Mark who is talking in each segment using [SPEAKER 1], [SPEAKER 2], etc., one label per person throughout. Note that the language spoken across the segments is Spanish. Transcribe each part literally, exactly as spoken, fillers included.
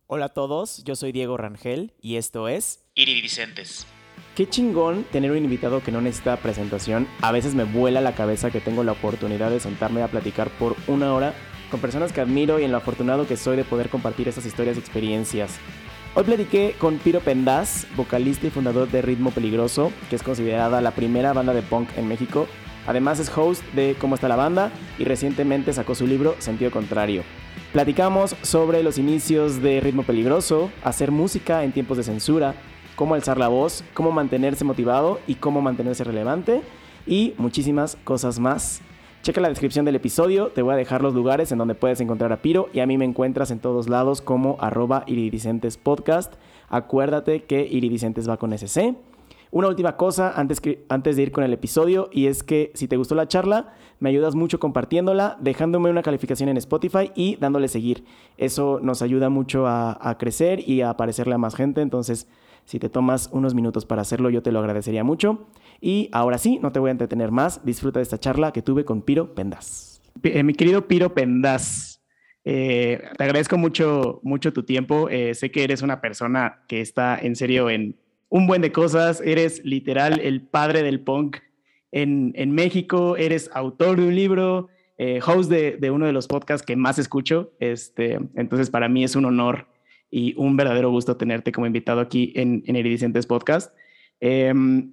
[SPEAKER 1] Hola a todos, yo soy Diego Rangel y esto es
[SPEAKER 2] Iridicentes.
[SPEAKER 1] Qué chingón tener un invitado que no necesita presentación. A veces me vuela la cabeza que tengo la oportunidad de sentarme a platicar por una hora con personas que admiro y en lo afortunado que soy de poder compartir estas historias y experiencias. Hoy platiqué con Piro Pendas, vocalista y fundador de Ritmo Peligroso, que es considerada la primera banda de punk en México. Además es host de Cómo está la banda y recientemente sacó su libro Sentido Contrario. Platicamos sobre los inicios de Ritmo Peligroso, hacer música en tiempos de censura, cómo alzar la voz, cómo mantenerse motivado y cómo mantenerse relevante y muchísimas cosas más. Checa la descripción del episodio, te voy a dejar los lugares en donde puedes encontrar a Piro y a mí me encuentras en todos lados como arroba Iridicentes Podcast. Acuérdate que Iridicentes va con ese ce. Una última cosa antes, que, antes de ir con el episodio, y es que si te gustó la charla, me ayudas mucho compartiéndola, dejándome una calificación en Spotify y dándole seguir. Eso nos ayuda mucho a, a crecer y a aparecerle a más gente, entonces si te tomas unos minutos para hacerlo, yo te lo agradecería mucho. Y ahora sí, no te voy a entretener más, disfruta de esta charla que tuve con Piro Pendas. Eh, mi querido Piro Pendas, eh, te agradezco mucho, mucho tu tiempo. Eh, sé que eres una persona que está en serio en un buen de cosas, eres literal el padre del punk en, en México, eres autor de un libro, eh, host de, de uno de los podcasts que más escucho, este, entonces para mí es un honor y un verdadero gusto tenerte como invitado aquí en, en Iridicentes Podcast. Eh,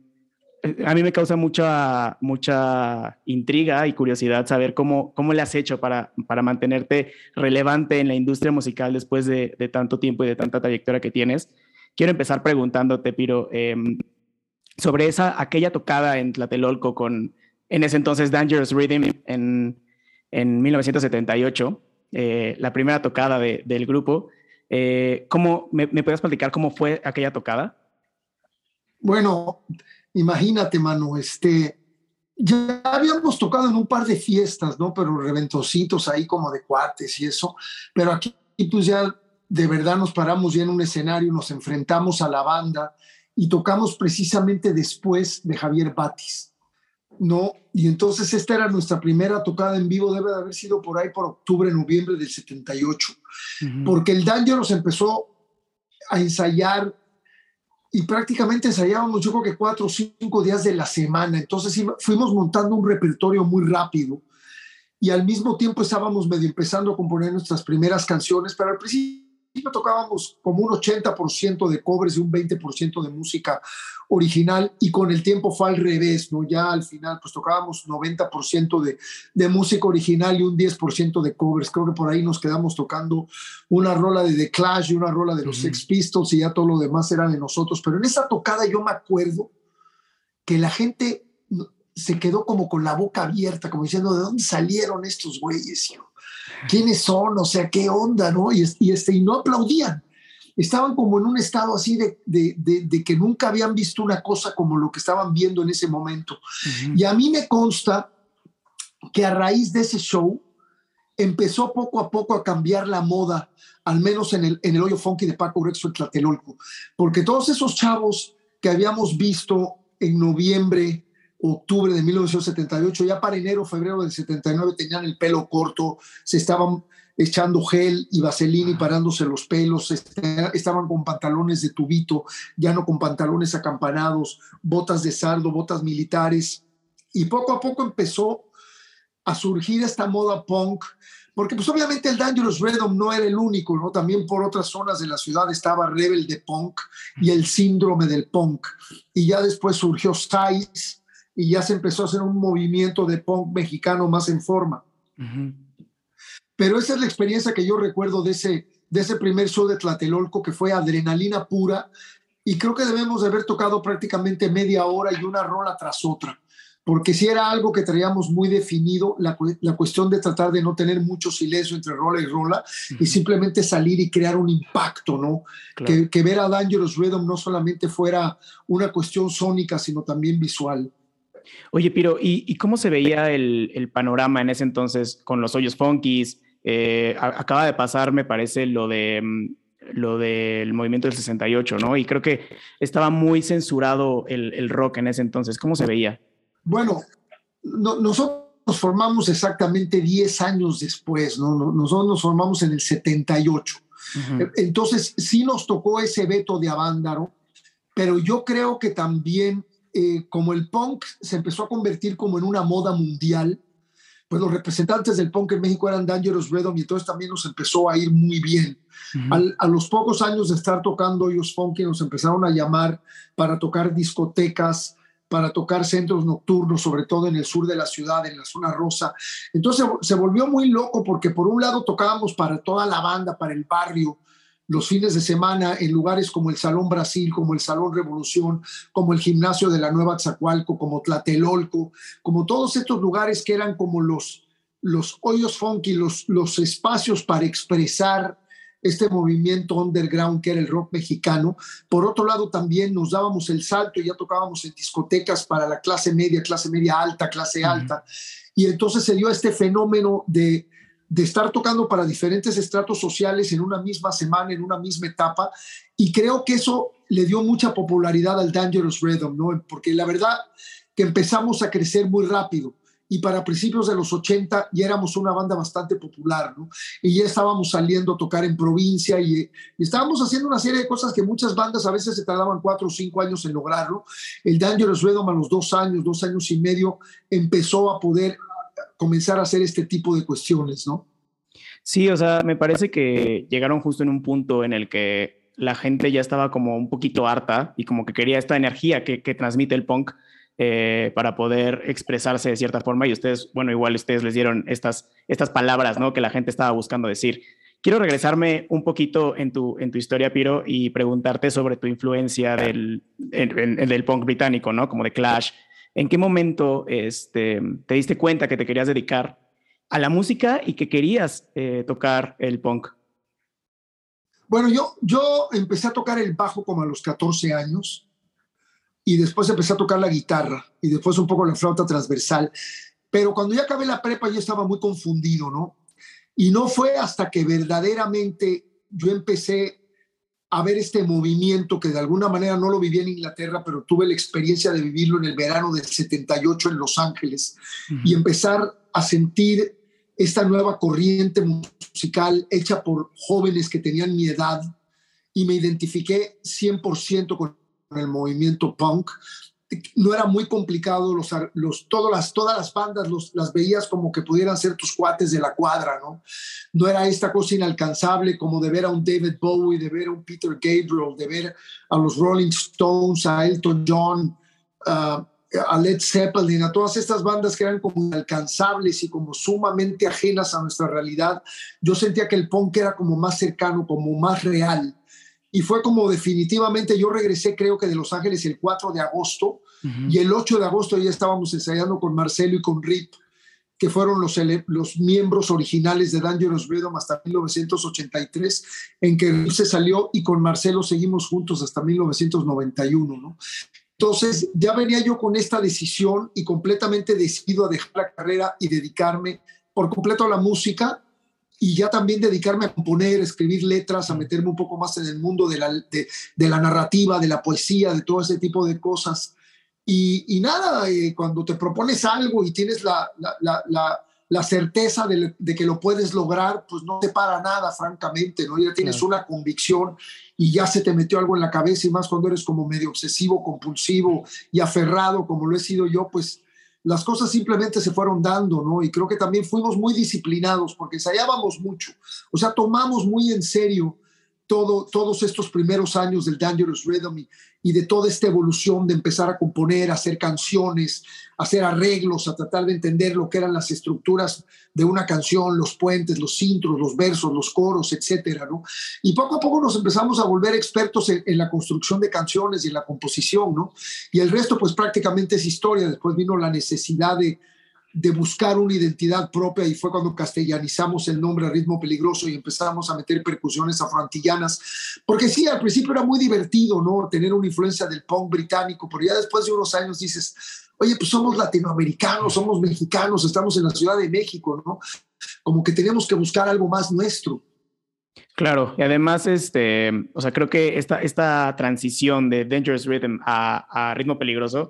[SPEAKER 1] a mí me causa mucha, mucha intriga y curiosidad saber cómo, cómo le has hecho para, para mantenerte relevante en la industria musical después de, de tanto tiempo y de tanta trayectoria que tienes. Quiero empezar preguntándote, Piro, eh, sobre esa, aquella tocada en Tlatelolco con, en ese entonces, Dangerous Rhythm en, en mil novecientos setenta y ocho, eh, la primera tocada de, del grupo. Eh, ¿cómo, me, ¿Me puedes platicar cómo fue aquella tocada?
[SPEAKER 3] Bueno, imagínate, mano, este, ya habíamos tocado en un par de fiestas, ¿no? Pero reventoncitos ahí como de cuates y eso, pero aquí pues ya de verdad nos paramos ya en un escenario, nos enfrentamos a la banda y tocamos precisamente después de Javier Batis, ¿no? Y entonces esta era nuestra primera tocada en vivo, debe de haber sido por ahí por octubre, noviembre del setenta y ocho, uh-huh. Porque el Dangerous empezó a ensayar y prácticamente ensayábamos yo creo que cuatro o cinco días de la semana, entonces fuimos montando un repertorio muy rápido y al mismo tiempo estábamos medio empezando a componer nuestras primeras canciones, pero al principio tocábamos como un ochenta por ciento de covers y un veinte por ciento de música original, y con el tiempo fue al revés, ¿no? Ya al final pues tocábamos noventa por ciento de, de música original y un diez por ciento de covers. Creo que por ahí nos quedamos tocando una rola de The Clash y una rola de los uh-huh. Sex Pistols y ya todo lo demás era de nosotros, pero en esa tocada yo me acuerdo que la gente se quedó como con la boca abierta, como diciendo, ¿de dónde salieron estos güeyes, hijo? ¿Quiénes son? O sea, ¿qué onda, no? Y, y, este, y no aplaudían. Estaban como en un estado así de, de, de, de que nunca habían visto una cosa como lo que estaban viendo en ese momento. Uh-huh. Y a mí me consta que a raíz de ese show empezó poco a poco a cambiar la moda, al menos en el, en el hoyo funky de Paco Urexo en Tlatelolco, porque todos esos chavos que habíamos visto en noviembre, octubre de mil novecientos setenta y ocho, ya para enero, febrero del setenta y nueve tenían el pelo corto, se estaban echando gel y vaselina y parándose los pelos, estaban con pantalones de tubito, ya no con pantalones acampanados, botas de sardo, botas militares, y poco a poco empezó a surgir esta moda punk, porque pues obviamente el Dangerous Rhythm no era el único, ¿no? También por otras zonas de la ciudad estaba Rebel de Punk y el Síndrome del Punk, y ya después surgió Size, y ya se empezó a hacer un movimiento de punk mexicano más en forma. Uh-huh. Pero esa es la experiencia que yo recuerdo de ese, de ese primer show de Tlatelolco, que fue adrenalina pura, y creo que debemos de haber tocado prácticamente media hora y una rola tras otra, porque si era algo que traíamos muy definido, la, la cuestión de tratar de no tener mucho silencio entre rola y rola, uh-huh. y simplemente salir y crear un impacto, ¿no? Claro. Que, que ver a Dangerous Rhythm no solamente fuera una cuestión sónica, sino también visual.
[SPEAKER 1] Oye, Piro, ¿y, y cómo se veía el, el panorama en ese entonces con los hoyos funkies? Eh, a, acaba de pasar, me parece, lo de lo del movimiento del sesenta y ocho, ¿no? Y creo que estaba muy censurado el, el rock en ese entonces. ¿Cómo se veía?
[SPEAKER 3] Bueno, no, nosotros nos formamos exactamente diez años después, ¿no? Nosotros nos formamos en el setenta y ocho. Uh-huh. Entonces sí nos tocó ese veto de Avándaro, pero yo creo que también eh, como el punk se empezó a convertir como en una moda mundial, pues los representantes del punk en México eran Dangerous Rhythm y entonces también nos empezó a ir muy bien. Uh-huh. Al, a los pocos años de estar tocando ellos funky nos empezaron a llamar para tocar discotecas, para tocar centros nocturnos, sobre todo en el sur de la ciudad, en la zona rosa. Entonces se volvió muy loco porque por un lado tocábamos para toda la banda, para el barrio, los fines de semana en lugares como el Salón Brasil, como el Salón Revolución, como el Gimnasio de la Nueva Tzacualco, como Tlatelolco, como todos estos lugares que eran como los, los hoyos funky, los, los espacios para expresar este movimiento underground que era el rock mexicano. Por otro lado, también nos dábamos el salto y ya tocábamos en discotecas para la clase media, clase media alta, clase alta. Uh-huh. Y entonces se dio este fenómeno de, de estar tocando para diferentes estratos sociales en una misma semana, en una misma etapa. Y creo que eso le dio mucha popularidad al Dangerous Rhythm, ¿no? Porque la verdad que empezamos a crecer muy rápido. Y para principios de los ochenta ya éramos una banda bastante popular, ¿no? Y ya estábamos saliendo a tocar en provincia y, y estábamos haciendo una serie de cosas que muchas bandas a veces se tardaban cuatro o cinco años en lograrlo. El Dangerous Rhythm a los dos años, dos años y medio, empezó a poder comenzar a hacer este tipo de cuestiones, ¿no?
[SPEAKER 1] Sí, o sea, me parece que llegaron justo en un punto en el que la gente ya estaba como un poquito harta y como que quería esta energía que, que transmite el punk. Eh, para poder expresarse de cierta forma y ustedes, bueno, igual ustedes les dieron estas, estas palabras, ¿no? Que la gente estaba buscando decir. Quiero regresarme un poquito en tu, en tu historia, Piro, y preguntarte sobre tu influencia del, en, en, del punk británico, ¿no? Como de Clash. ¿En qué momento este, te diste cuenta que te querías dedicar a la música y que querías eh, tocar el punk?
[SPEAKER 3] Bueno, yo, yo empecé a tocar el bajo como a los catorce años. Y después empecé a tocar la guitarra y después un poco la flauta transversal. Pero cuando ya acabé la prepa yo estaba muy confundido, ¿no? Y no fue hasta que verdaderamente yo empecé a ver este movimiento que de alguna manera no lo viví en Inglaterra, pero tuve la experiencia de vivirlo en el verano del setenta y ocho en Los Ángeles. Uh-huh. Y empezar a sentir esta nueva corriente musical hecha por jóvenes que tenían mi edad y me identifiqué cien por ciento con el movimiento punk. No era muy complicado, los, los, todas, las, todas las bandas los, las veías como que pudieran ser tus cuates de la cuadra, ¿no? No era esta cosa inalcanzable como de ver a un David Bowie, de ver a un Peter Gabriel, de ver a los Rolling Stones, a Elton John, uh, a Led Zeppelin, a todas estas bandas que eran como inalcanzables y como sumamente ajenas a nuestra realidad. Yo sentía que el punk era como más cercano, como más real. Y fue como definitivamente, yo regresé creo que de Los Ángeles el cuatro de agosto, uh-huh. Y el ocho de agosto ya estábamos ensayando con Marcelo y con Rip, que fueron los, los miembros originales de Dangerous Rhythm hasta mil novecientos ochenta y tres, en que Rip se salió y con Marcelo seguimos juntos hasta mil novecientos noventa y uno, ¿no? Entonces ya venía yo con esta decisión y completamente decidido a dejar la carrera y dedicarme por completo a la música. Y ya también dedicarme a componer, escribir letras, a meterme un poco más en el mundo de la, de, de la narrativa, de la poesía, de todo ese tipo de cosas. Y, y nada, eh, cuando te propones algo y tienes la, la, la, la, la certeza de, de que lo puedes lograr, pues no te para nada, francamente, ¿no? Ya tienes claro. Una convicción y ya se te metió algo en la cabeza, y más cuando eres como medio obsesivo, compulsivo y aferrado, como lo he sido yo, pues las cosas simplemente se fueron dando, ¿no? Y creo que también fuimos muy disciplinados porque ensayábamos mucho. O sea, tomamos muy en serio todo, todos estos primeros años del Dangerous Rhythm y, y de toda esta evolución de empezar a componer, a hacer canciones, a hacer arreglos, a tratar de entender lo que eran las estructuras de una canción, los puentes, los intros, los versos, los coros, etcétera, ¿no? Y poco a poco nos empezamos a volver expertos en, en la construcción de canciones y en la composición, ¿no? Y el resto pues prácticamente es historia. Después vino la necesidad de de buscar una identidad propia y fue cuando castellanizamos el nombre Ritmo Peligroso y empezamos a meter percusiones afroantillanas, porque sí, al principio era muy divertido, ¿no? Tener una influencia del punk británico, pero ya después de unos años dices, oye, pues somos latinoamericanos, somos mexicanos, estamos en la Ciudad de México, ¿no? Como que teníamos que buscar algo más nuestro.
[SPEAKER 1] Claro, y además, este, o sea, creo que esta, esta transición de Dangerous Rhythm a, a Ritmo Peligroso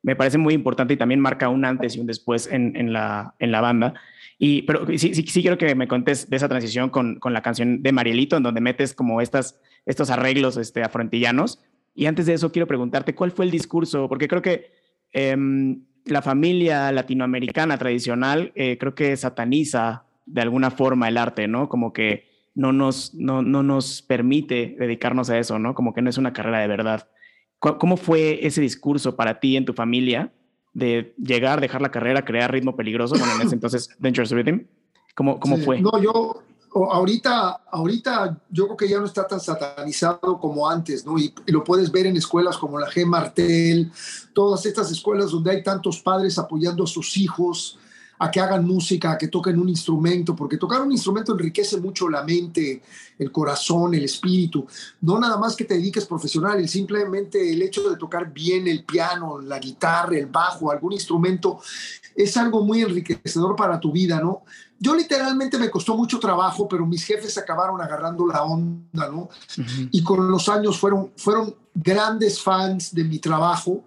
[SPEAKER 1] me parece muy importante y también marca un antes y un después en, en, la, en la banda. Y, pero sí, sí, sí quiero que me contes de esa transición con, con la canción de Marielito, en donde metes como estas, estos arreglos este, afrontillanos. Y antes de eso quiero preguntarte, ¿cuál fue el discurso? Porque creo que eh, la familia latinoamericana tradicional eh, creo que sataniza de alguna forma el arte, ¿no? Como que no nos, no, no nos permite dedicarnos a eso, ¿no? Como que no es una carrera de verdad. ¿Cómo fue ese discurso para ti en tu familia de llegar, dejar la carrera, crear Ritmo Peligroso? Bueno, en ese entonces, Dangerous Rhythm. ¿Cómo, cómo
[SPEAKER 3] Sí.
[SPEAKER 1] fue?
[SPEAKER 3] No, yo ahorita, ahorita yo creo que ya no está tan satanizado como antes, ¿no? Y, y lo puedes ver en escuelas como la G. Martel, todas estas escuelas donde hay tantos padres apoyando a sus hijos a que hagan música, a que toquen un instrumento, porque tocar un instrumento enriquece mucho la mente, el corazón, el espíritu. No nada más que te dediques profesional, el simplemente el hecho de tocar bien el piano, la guitarra, el bajo, algún instrumento, es algo muy enriquecedor para tu vida, ¿no? Yo literalmente me costó mucho trabajo, pero mis jefes acabaron agarrando la onda, ¿no? Uh-huh. Y con los años fueron, fueron grandes fans de mi trabajo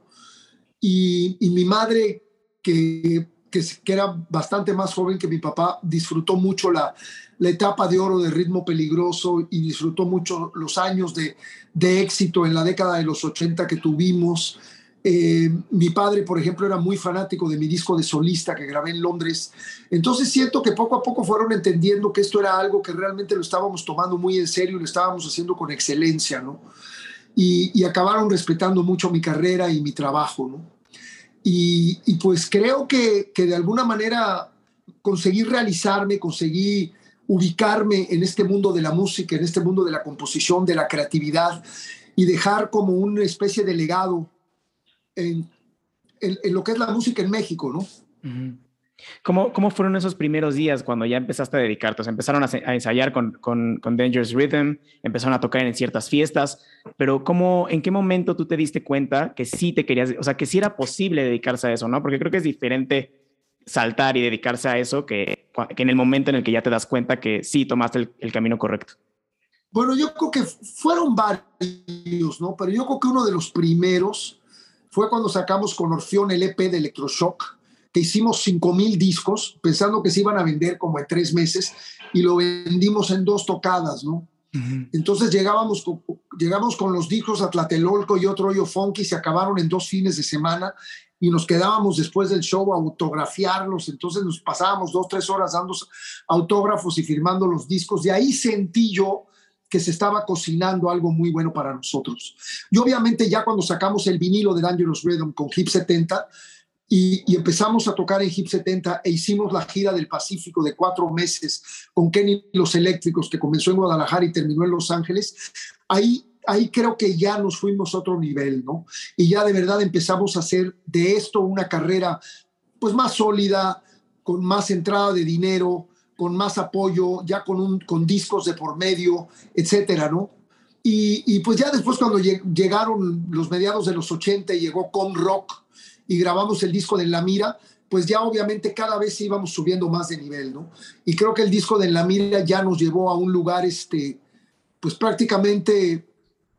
[SPEAKER 3] y, y mi madre, que Que, que era bastante más joven que mi papá, disfrutó mucho la, la etapa de oro de Ritmo Peligroso y disfrutó mucho los años de, de éxito en la década de los ochenta que tuvimos. Eh, mi padre, por ejemplo, era muy fanático de mi disco de solista que grabé en Londres. Entonces siento que poco a poco fueron entendiendo que esto era algo que realmente lo estábamos tomando muy en serio y lo estábamos haciendo con excelencia, ¿no? Y, y acabaron respetando mucho mi carrera y mi trabajo, ¿no? Y, y pues creo que, que de alguna manera conseguí realizarme, conseguí ubicarme en este mundo de la música, en este mundo de la composición, de la creatividad y dejar como una especie de legado en, en, en lo que es la música en México, ¿no?
[SPEAKER 1] Uh-huh. ¿Cómo, ¿Cómo fueron esos primeros días cuando ya empezaste a dedicarte? O sea, empezaron a, a ensayar con, con, con Dangerous Rhythm, empezaron a tocar en ciertas fiestas, pero ¿cómo, ¿en qué momento tú te diste cuenta que sí te querías, o sea, que sí era posible dedicarse a eso, ¿no? Porque creo que es diferente saltar y dedicarse a eso que, que en el momento en el que ya te das cuenta que sí tomaste el, el camino correcto.
[SPEAKER 3] Bueno, yo creo que fueron varios, ¿no? Pero yo creo que uno de los primeros fue cuando sacamos con Orfeón el E P de Electroshock, que hicimos cinco mil discos, pensando que se iban a vender como en tres meses, y lo vendimos en dos tocadas, ¿no? Uh-huh. Entonces llegábamos con, llegamos con los discos a Tlatelolco y otro hoyo funky, se acabaron en dos fines de semana, y nos quedábamos después del show a autografiarlos, entonces nos pasábamos dos, tres horas dando autógrafos y firmando los discos. De ahí sentí yo que se estaba cocinando algo muy bueno para nosotros. Y obviamente ya cuando sacamos el vinilo de Dangerous Rhythm con Hip setenta, Y, y empezamos a tocar en Hip setenta e hicimos la gira del Pacífico de cuatro meses con Kenny y los Eléctricos, que comenzó en Guadalajara y terminó en Los Ángeles. Ahí, ahí creo que ya nos fuimos a otro nivel, ¿no? Y ya de verdad empezamos a hacer de esto una carrera pues más sólida, con más entrada de dinero, con más apoyo, ya con, un, con discos de por medio, etcétera, ¿no? Y, y pues ya después cuando llegaron los mediados de los ochenta y llegó Com Rock, y grabamos el disco de En la Mira, pues ya obviamente cada vez íbamos subiendo más de nivel, ¿no? Y creo que el disco de En la Mira ya nos llevó a un lugar, este, pues prácticamente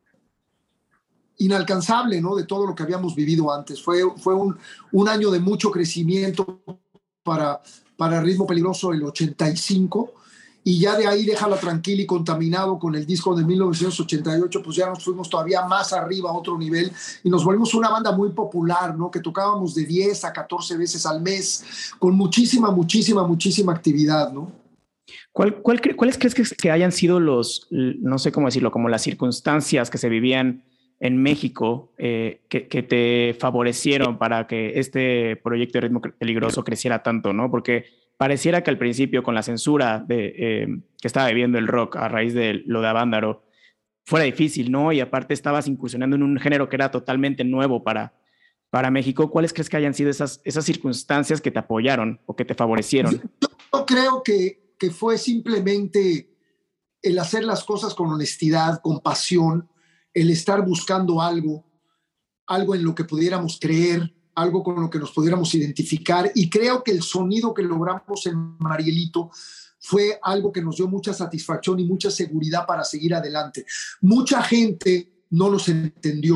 [SPEAKER 3] inalcanzable, ¿no? De todo lo que habíamos vivido antes. Fue, fue un, un año de mucho crecimiento para, para Ritmo Peligroso, el ochenta y cinco, y ya de ahí Déjala Tranquila y Contaminado con el disco de mil novecientos ochenta y ocho, pues ya nos fuimos todavía más arriba a otro nivel y nos volvimos una banda muy popular, ¿no? Que tocábamos de diez a catorce veces al mes, con muchísima, muchísima, muchísima actividad, ¿no?
[SPEAKER 1] ¿Cuál, cuál, ¿Cuáles crees que, que hayan sido los, no sé cómo decirlo, como las circunstancias que se vivían en México eh, que, que te favorecieron para que este proyecto de Ritmo Peligroso creciera tanto, ¿no? Porque pareciera que al principio, con la censura de, eh, que estaba viviendo el rock a raíz de lo de Avándaro, fuera difícil, ¿no? Y aparte estabas incursionando en un género que era totalmente nuevo para, para México. ¿Cuáles crees que hayan sido esas, esas circunstancias que te apoyaron o que te favorecieron?
[SPEAKER 3] Yo, yo creo que, que fue simplemente el hacer las cosas con honestidad, con pasión, el estar buscando algo, algo en lo que pudiéramos creer, algo con lo que nos pudiéramos identificar, y creo que el sonido que logramos en Marielito fue algo que nos dio mucha satisfacción y mucha seguridad para seguir adelante. Mucha gente no nos entendió,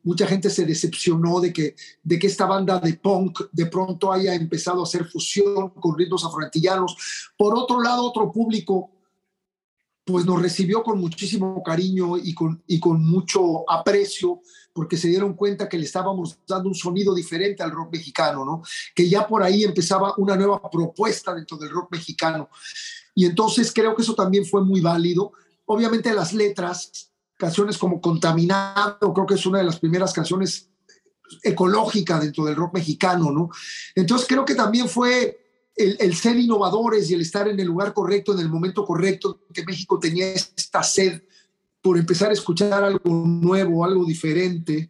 [SPEAKER 3] mucha gente se decepcionó de que, de que esta banda de punk de pronto haya empezado a hacer fusión con ritmos afroantillanos. Por otro lado, otro público pues nos recibió con muchísimo cariño y con, y con mucho aprecio, porque se dieron cuenta que le estábamos dando un sonido diferente al rock mexicano, ¿no? Que ya por ahí empezaba una nueva propuesta dentro del rock mexicano. Y entonces creo que eso también fue muy válido. Obviamente las letras, canciones como Contaminado, creo que es una de las primeras canciones ecológicas dentro del rock mexicano, ¿no? Entonces creo que también fue El, el ser innovadores y el estar en el lugar correcto, en el momento correcto, que México tenía esta sed por empezar a escuchar algo nuevo, algo diferente.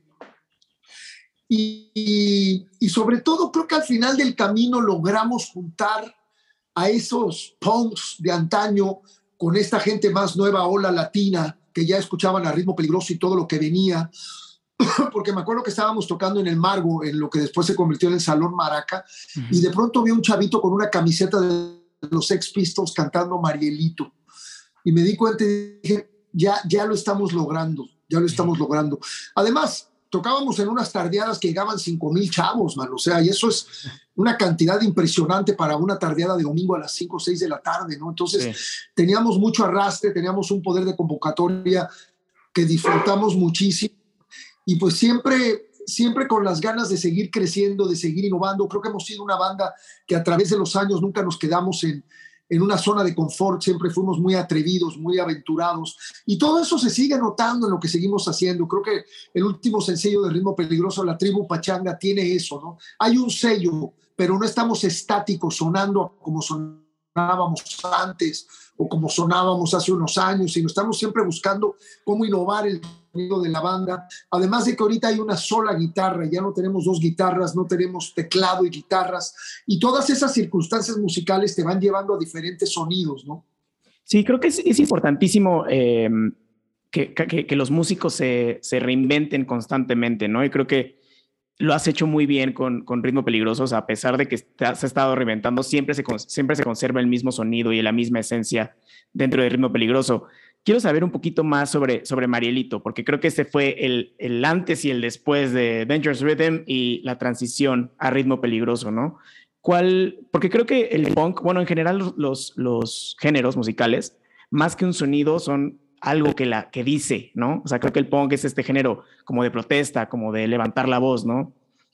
[SPEAKER 3] Y, y, y sobre todo creo que al final del camino logramos juntar a esos punks de antaño con esta gente más nueva, ola latina, que ya escuchaban a Ritmo Peligroso y todo lo que venía. Porque me acuerdo que estábamos tocando en el Margo, en lo que después se convirtió en el Salón Maraca, uh-huh. y de pronto vi un chavito con una camiseta de los Sex Pistols cantando Marielito. Y me di cuenta y dije, ya, ya lo estamos logrando, ya lo estamos uh-huh. logrando. Además, tocábamos en unas tardeadas que llegaban cinco mil chavos, man, o sea, y eso es una cantidad impresionante para una tardeada de domingo a las cinco o seis de la tarde, ¿no? Entonces, sí. teníamos mucho arrastre, teníamos un poder de convocatoria que disfrutamos muchísimo. Y pues siempre, siempre con las ganas de seguir creciendo, de seguir innovando. Creo que hemos sido una banda que a través de los años nunca nos quedamos en, en una zona de confort, siempre fuimos muy atrevidos, muy aventurados. Y todo eso se sigue notando en lo que seguimos haciendo. Creo que el último sencillo de Ritmo Peligroso, La Tribu Pachanga, tiene eso, ¿no? Hay un sello, pero no estamos estáticos sonando como sonábamos antes o como sonábamos hace unos años, sino estamos siempre buscando cómo innovar el sonido de la banda, además de que ahorita hay una sola guitarra, ya no tenemos dos guitarras, no tenemos teclado y guitarras, y todas esas circunstancias musicales te van llevando a diferentes sonidos, ¿no?
[SPEAKER 1] Sí, creo que es, es importantísimo eh, que, que, que los músicos se, se reinventen constantemente, ¿no? Y creo que lo has hecho muy bien con, con Ritmo Peligroso, o sea, a pesar de que se ha estado reinventando, siempre se, siempre se conserva el mismo sonido y la misma esencia dentro de Ritmo Peligroso. Quiero saber un poquito más sobre, sobre Marielito, porque creo que este fue el, el antes y el después de Dangerous Rhythm y la transición a Ritmo Peligroso, ¿no? ¿Cuál? Porque creo que el punk, bueno, en general los, los géneros musicales, más que un sonido, son algo que, la, que dice, ¿no? O sea, creo que el punk es este género como de protesta, como de levantar la voz, ¿no?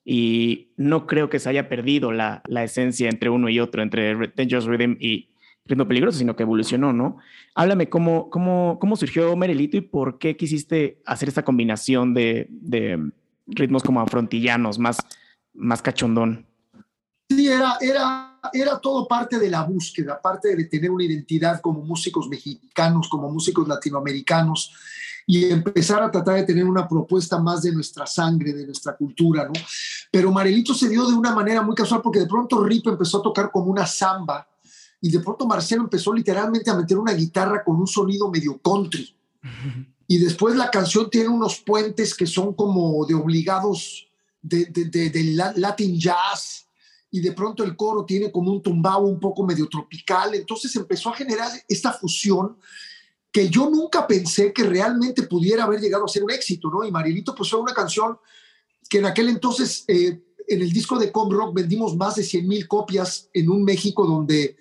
[SPEAKER 1] Y no creo que se haya perdido la, la esencia entre uno y otro, entre Dangerous Rhythm y Ritmo Peligroso, sino que evolucionó, ¿no? Háblame cómo, cómo, cómo surgió Marielito y por qué quisiste hacer esta combinación de, de ritmos como afrontillanos, más, más cachondón.
[SPEAKER 3] Sí, era, era, era todo parte de la búsqueda, parte de tener una identidad como músicos mexicanos, como músicos latinoamericanos, y empezar a tratar de tener una propuesta más de nuestra sangre, de nuestra cultura, ¿no? Pero Marielito se dio de una manera muy casual, porque de pronto Rip empezó a tocar como una samba, y de pronto Marcelo empezó literalmente a meter una guitarra con un sonido medio country. Y después la canción tiene unos puentes que son como de obligados de, de, de, de Latin jazz, y de pronto el coro tiene como un tumbao un poco medio tropical. Entonces empezó a generar esta fusión que yo nunca pensé que realmente pudiera haber llegado a ser un éxito, ¿no? Y Marielito pues fue una canción que en aquel entonces eh, en el disco de Com Rock vendimos más de cien mil copias en un México donde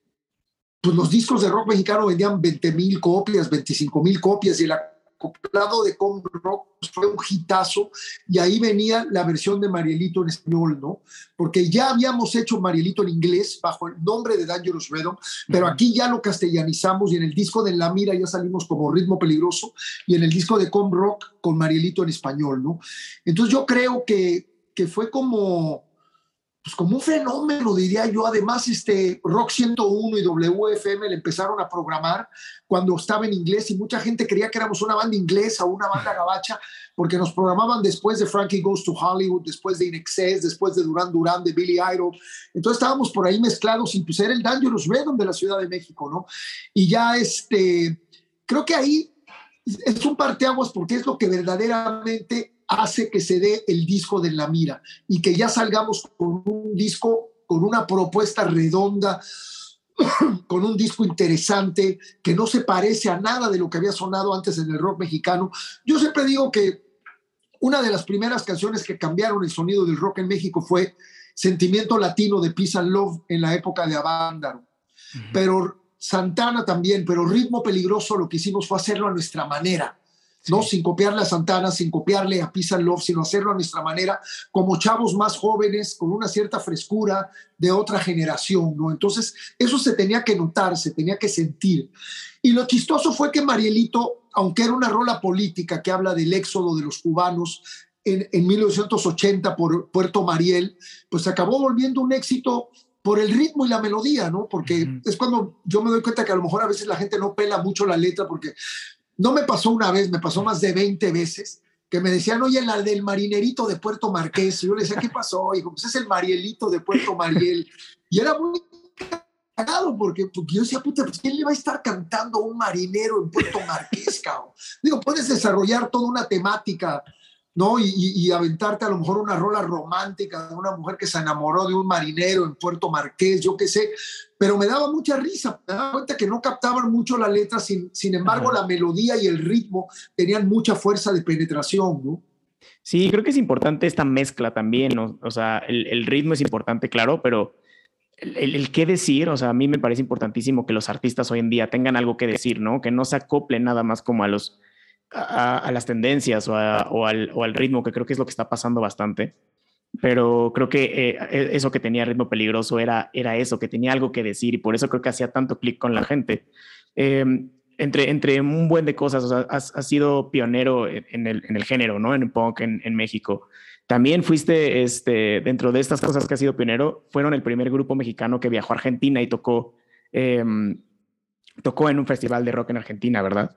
[SPEAKER 3] pues los discos de rock mexicano vendían veinte mil copias, veinticinco mil copias, y el acoplado de Com Rock fue un hitazo, y ahí venía la versión de Marielito en español, ¿no? Porque ya habíamos hecho Marielito en inglés bajo el nombre de Dangerous Rhythm, pero aquí ya lo castellanizamos, y en el disco de En la Mira ya salimos como Ritmo Peligroso, y en el disco de Com Rock con Marielito en español, ¿no? Entonces yo creo que, que fue como... pues como un fenómeno, diría yo. Además, este Rock ciento uno y W F M le empezaron a programar cuando estaba en inglés, y mucha gente creía que éramos una banda inglesa o una banda gabacha, porque nos programaban después de Frankie Goes to Hollywood, después de In Excess, después de Duran Duran, de Billy Idol. Entonces estábamos por ahí mezclados, y pues era el Dangerous Rhythm de la Ciudad de México, ¿no? Y ya este, creo que ahí es un parteaguas, porque es lo que verdaderamente hace que se dé el disco de En la Mira, y que ya salgamos con un disco, con una propuesta redonda, con un disco interesante, que no se parece a nada de lo que había sonado antes en el rock mexicano. Yo siempre digo que una de las primeras canciones que cambiaron el sonido del rock en México fue Sentimiento Latino de Peace and Love en la época de Avándaro. Uh-huh. Pero Santana también, pero Ritmo Peligroso lo que hicimos fue hacerlo a nuestra manera. Sí. ¿No? Sin copiarle a Santana, sin copiarle a Peace and Love, sino hacerlo a nuestra manera, como chavos más jóvenes, con una cierta frescura de otra generación, ¿no? Entonces, eso se tenía que notar, se tenía que sentir. Y lo chistoso fue que Marielito, aunque era una rola política que habla del éxodo de los cubanos en, en mil novecientos ochenta por Puerto Mariel, pues acabó volviendo un éxito por el ritmo y la melodía, ¿no? Porque uh-huh. es cuando yo me doy cuenta que a lo mejor a veces la gente no pela mucho la letra, porque no me pasó una vez, me pasó más de veinte veces, que me decían, oye, la del marinerito de Puerto Marqués. Y yo le decía, ¿qué pasó, hijo? Pues es el Marielito de Puerto Mariel. Y era muy cagado, porque, porque yo decía, puta, pues ¿quién le va a estar cantando a un marinero en Puerto Marqués, cabrón? Digo, puedes desarrollar toda una temática, ¿no? Y, y, y aventarte a lo mejor una rola romántica de una mujer que se enamoró de un marinero en Puerto Marqués, yo qué sé, pero me daba mucha risa, me daba cuenta que no captaban mucho la letra, sin, sin embargo uh-huh. la melodía y el ritmo tenían mucha fuerza de penetración, ¿no?
[SPEAKER 1] Sí, creo que es importante esta mezcla también, ¿no? O sea, el, el ritmo es importante, claro, pero el, el, el qué decir, o sea, a mí me parece importantísimo que los artistas hoy en día tengan algo que decir, ¿no? Que no se acoplen nada más como a los A, a las tendencias o, a, o, al, o al ritmo, que creo que es lo que está pasando bastante. Pero creo que eh, eso que tenía Ritmo Peligroso era, era eso, que tenía algo que decir, y por eso creo que hacía tanto clic con la gente. Eh, entre, entre un buen de cosas, o sea, has, has sido pionero en el, en el género, ¿no? En el punk en, en México. También fuiste, este, dentro de estas cosas que has sido pionero, fueron el primer grupo mexicano que viajó a Argentina y tocó, eh, tocó en un festival de rock en Argentina, ¿verdad?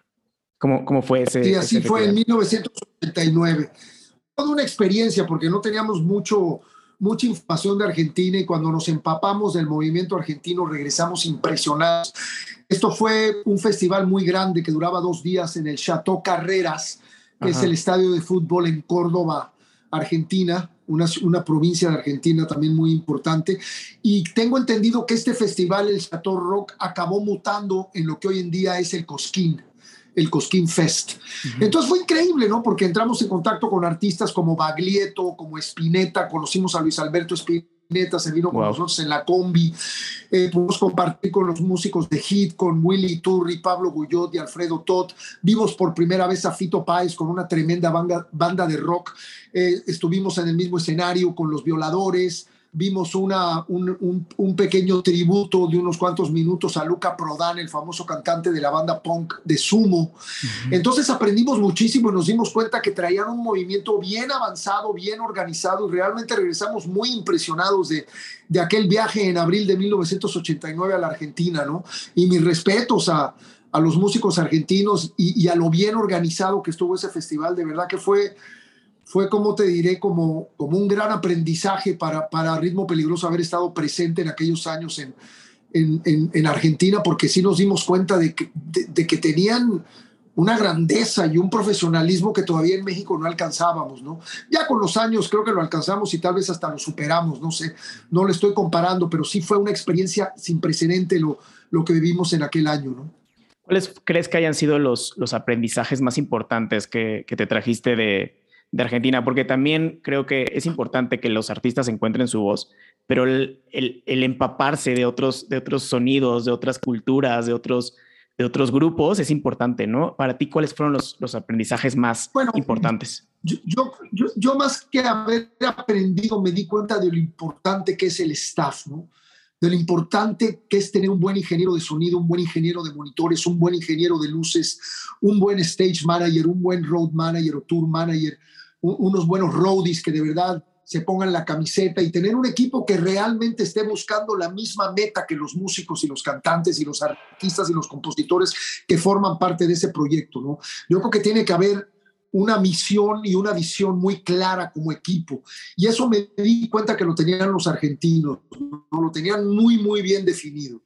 [SPEAKER 1] ¿Cómo, cómo fue ese?
[SPEAKER 3] Sí, así
[SPEAKER 1] ese
[SPEAKER 3] fue en mil novecientos ochenta y nueve. Toda una experiencia, porque no teníamos mucho, mucha información de Argentina, y cuando nos empapamos del movimiento argentino regresamos impresionados. Esto fue un festival muy grande que duraba dos días en el Chateau Carreras, que Ajá. es el estadio de fútbol en Córdoba, Argentina, una, una provincia de Argentina también muy importante. Y tengo entendido que este festival, el Chateau Rock, acabó mutando en lo que hoy en día es el Cosquín. el Cosquín Fest. Uh-huh. Entonces fue increíble, ¿no? Porque entramos en contacto con artistas como Baglietto, como Spinetta, conocimos a Luis Alberto Spinetta, se vino wow. con nosotros en la combi, eh, pudimos compartir con los músicos de Hit, con Willy Turri, Pablo Guyot y Alfredo Tot, vimos por primera vez a Fito Páez con una tremenda banda, banda de rock, eh, estuvimos en el mismo escenario con Los Violadores, vimos una, un, un, un pequeño tributo de unos cuantos minutos a Luca Prodan, el famoso cantante de la banda punk de Sumo. Uh-huh. Entonces aprendimos muchísimo y nos dimos cuenta que traían un movimiento bien avanzado, bien organizado, y realmente regresamos muy impresionados de, de aquel viaje en abril de mil novecientos ochenta y nueve a la Argentina, ¿no? Y mis respetos a, a los músicos argentinos y, y a lo bien organizado que estuvo ese festival. De verdad que fue... Fue, como te diré, como, como un gran aprendizaje para, para Ritmo Peligroso haber estado presente en aquellos años en, en, en, en Argentina, porque sí nos dimos cuenta de que, de, de que tenían una grandeza y un profesionalismo que todavía en México no alcanzábamos, ¿no? Ya con los años creo que lo alcanzamos y tal vez hasta lo superamos, no sé, no lo estoy comparando, pero sí fue una experiencia sin precedente lo, lo que vivimos en aquel año, ¿no?
[SPEAKER 1] ¿Cuáles crees que hayan sido los, los aprendizajes más importantes que, que te trajiste de de Argentina? Porque también creo que es importante que los artistas encuentren su voz, pero el, el, el empaparse de otros, de otros sonidos, de otras culturas, de otros, de otros grupos es importante, ¿no? Para ti, ¿cuáles fueron los, los aprendizajes más bueno, importantes?
[SPEAKER 3] Yo, yo, yo, yo más que haber aprendido me di cuenta de lo importante que es el staff, ¿no? De lo importante que es tener un buen ingeniero de sonido, un buen ingeniero de monitores, un buen ingeniero de luces, un buen stage manager, un buen road manager o tour manager, unos buenos roadies que de verdad se pongan la camiseta, y tener un equipo que realmente esté buscando la misma meta que los músicos y los cantantes y los artistas y los compositores que forman parte de ese proyecto, ¿no? Yo creo que tiene que haber una misión y una visión muy clara como equipo, y eso me di cuenta que lo tenían los argentinos, ¿no? Lo tenían muy, muy bien definido.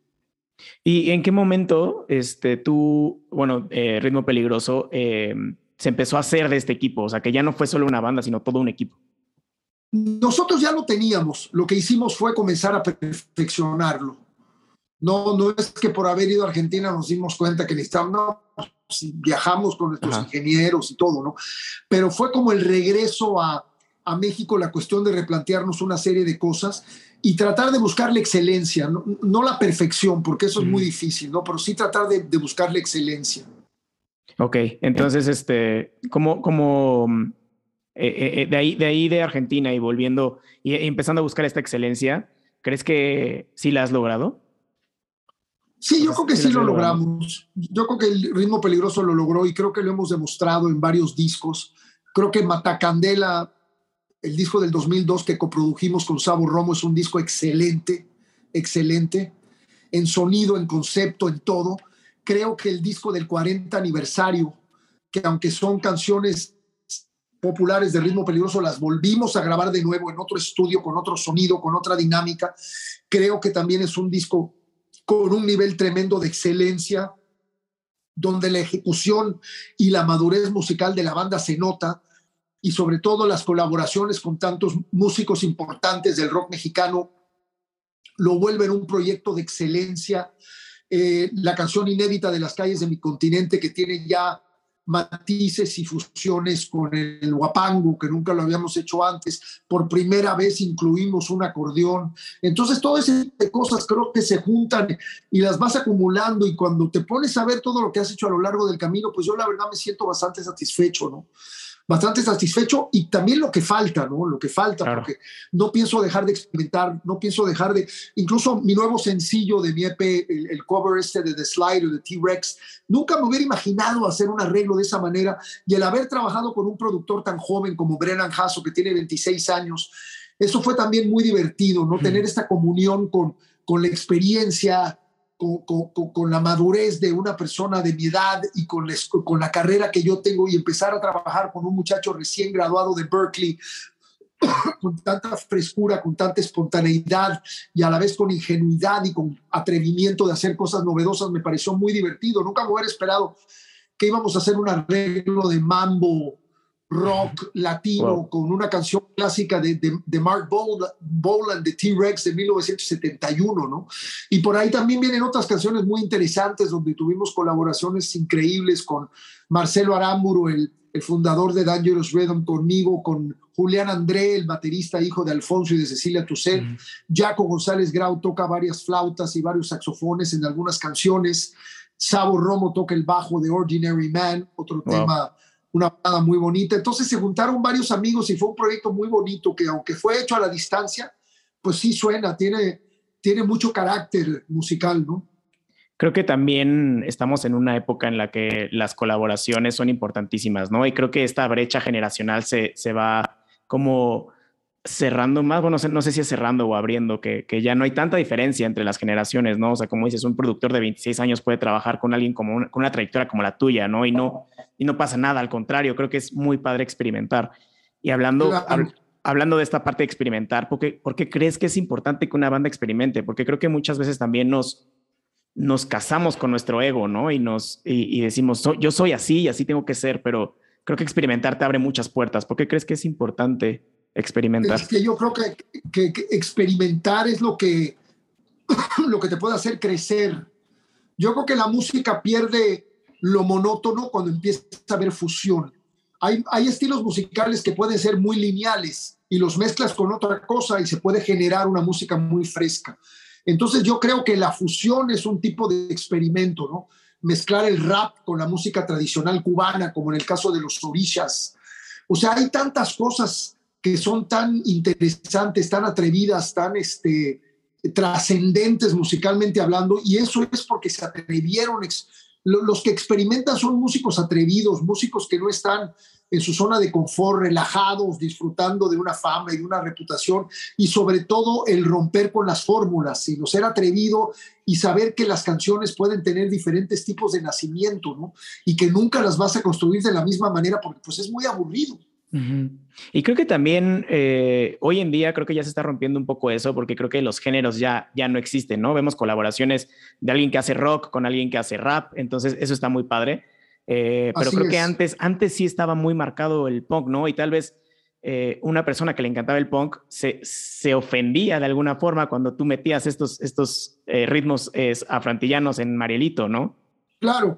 [SPEAKER 1] ¿Y en qué momento este, tú, bueno, eh, Ritmo Peligroso, eh, se empezó a hacer de este equipo? O sea, que ya no fue solo una banda, sino todo un equipo.
[SPEAKER 3] Nosotros ya lo teníamos. Lo que hicimos fue comenzar a perfeccionarlo. No, no es que por haber ido a Argentina nos dimos cuenta que necesitábamos, no, y viajamos con nuestros
[SPEAKER 1] Ajá.
[SPEAKER 3] ingenieros y todo, ¿no? Pero fue como el regreso a, a México, la cuestión de replantearnos una serie de cosas y tratar de buscar la excelencia, no, no la perfección, porque eso es muy difícil, ¿no? Pero sí tratar de, de buscar la excelencia.
[SPEAKER 1] Ok, entonces, este, ¿cómo, cómo eh, eh, de ahí, de ahí de Argentina y volviendo y, y empezando a buscar esta excelencia, ¿crees que sí la has logrado?
[SPEAKER 3] Sí,
[SPEAKER 1] O
[SPEAKER 3] yo
[SPEAKER 1] sea,
[SPEAKER 3] creo que
[SPEAKER 1] sí la
[SPEAKER 3] sí lo
[SPEAKER 1] sigues logrando.
[SPEAKER 3] logramos. Yo creo que el Ritmo Peligroso lo logró y creo que lo hemos demostrado en varios discos. Creo que Matacandela, el disco del dos mil dos que coprodujimos con Sabo Romo, es un disco excelente, excelente, en sonido, en concepto, en todo. Creo que el disco del cuarenta aniversario, que aunque son canciones populares de Ritmo Peligroso, las volvimos a grabar de nuevo en otro estudio, con otro sonido, con otra dinámica. Creo que también es un disco con un nivel tremendo de excelencia, donde la ejecución y la madurez musical de la banda se nota, y sobre todo las colaboraciones con tantos músicos importantes del rock mexicano lo vuelven un proyecto de excelencia. Eh, la canción inédita de Las calles de mi continente, que tiene ya matices y fusiones con el huapango, que nunca lo habíamos hecho antes. Por primera vez incluimos un acordeón. Entonces, todo ese tipo de cosas creo que se juntan y las vas acumulando, y cuando te pones a ver todo lo que has hecho a lo largo del camino, pues yo la verdad me siento bastante satisfecho, ¿no? Bastante satisfecho, y también lo que falta, ¿no? Lo que falta,
[SPEAKER 1] Claro.
[SPEAKER 3] porque no pienso dejar de experimentar, no pienso dejar de, incluso mi nuevo sencillo de mi E P, el, el cover este de The Slide o de T-Rex, nunca me hubiera imaginado hacer un arreglo de esa manera, y el haber trabajado con un productor tan joven como Brennan Hasso, que tiene veintiséis años, eso fue también muy divertido, ¿no? Mm. Tener esta comunión con, con la experiencia, Con, con, con la madurez de una persona de mi edad y con la, con la carrera que yo tengo, y empezar a trabajar con un muchacho recién graduado de Berkeley, con tanta frescura, con tanta espontaneidad y a la vez con ingenuidad y con atrevimiento de hacer cosas novedosas, me pareció muy divertido. Nunca me hubiera esperado que íbamos a hacer un arreglo de mambo rock latino, wow, con una canción clásica de, de, de Mark Bolan, de T-Rex, de mil novecientos setenta y uno, ¿no? Y por ahí también vienen otras canciones muy interesantes, donde tuvimos colaboraciones increíbles con Marcelo Aramburu, el, el fundador de Dangerous Rhythm, conmigo, con Julián André, el baterista hijo de Alfonso y de Cecilia Toussaint. Mm. Jaco González Grau toca varias flautas y varios saxofones en algunas canciones. Sabo Romo toca el bajo de Ordinary Man, otro wow, tema, una banda muy bonita. Entonces se juntaron varios amigos y fue un proyecto muy bonito, que aunque fue hecho a la distancia, pues sí suena, tiene, tiene mucho carácter musical, ¿no?
[SPEAKER 1] Creo que también estamos en una época en la que las colaboraciones son importantísimas, ¿no? Y creo que esta brecha generacional se, se va como cerrando más, bueno, no sé si es cerrando o abriendo, que, que ya no hay tanta diferencia entre las generaciones, ¿no? O sea, como dices, un productor de veintiséis años puede trabajar con alguien como una, con una trayectoria como la tuya, ¿no? Y no, y no pasa nada, al contrario, creo que es muy padre experimentar. Y hablando,
[SPEAKER 3] Claro.
[SPEAKER 1] hab, hablando de esta parte de experimentar, ¿por qué, ¿por qué crees que es importante que una banda experimente? Porque creo que muchas veces también nos, nos casamos con nuestro ego, ¿no? Y, nos, y, y decimos, so, yo soy así y así tengo que ser, pero creo que experimentar te abre muchas puertas. ¿Por qué crees que es importante experimentar?
[SPEAKER 3] Es que yo creo que, que, que experimentar es lo que, lo que te puede hacer crecer. Yo creo que la música pierde lo monótono cuando empieza a haber fusión. Hay, hay estilos musicales que pueden ser muy lineales y los mezclas con otra cosa y se puede generar una música muy fresca. Entonces yo creo que la fusión es un tipo de experimento, ¿no? Mezclar el rap con la música tradicional cubana, como en el caso de los orishas. O sea, hay tantas cosas que son tan interesantes, tan atrevidas, tan este, trascendentes musicalmente hablando, y eso es porque se atrevieron. Los que experimentan son músicos atrevidos, músicos que no están en su zona de confort, relajados, disfrutando de una fama y de una reputación, y sobre todo el romper con las fórmulas, sino ser atrevido y saber que las canciones pueden tener diferentes tipos de nacimiento, ¿no? Y que nunca las vas a construir de la misma manera, porque pues es muy aburrido.
[SPEAKER 1] Uh-huh. Y creo que también eh, hoy en día creo que ya se está rompiendo un poco eso, porque creo que los géneros ya, ya no existen, ¿no? Vemos colaboraciones de alguien que hace rock con alguien que hace rap, entonces eso está muy padre. Eh, pero
[SPEAKER 3] Así
[SPEAKER 1] creo
[SPEAKER 3] es.
[SPEAKER 1] que antes, antes sí estaba muy marcado el punk, ¿no? Y tal vez eh, una persona que le encantaba el punk se, se ofendía de alguna forma cuando tú metías estos, estos eh, ritmos eh, afrantillanos en Marielito, ¿no?
[SPEAKER 3] Claro.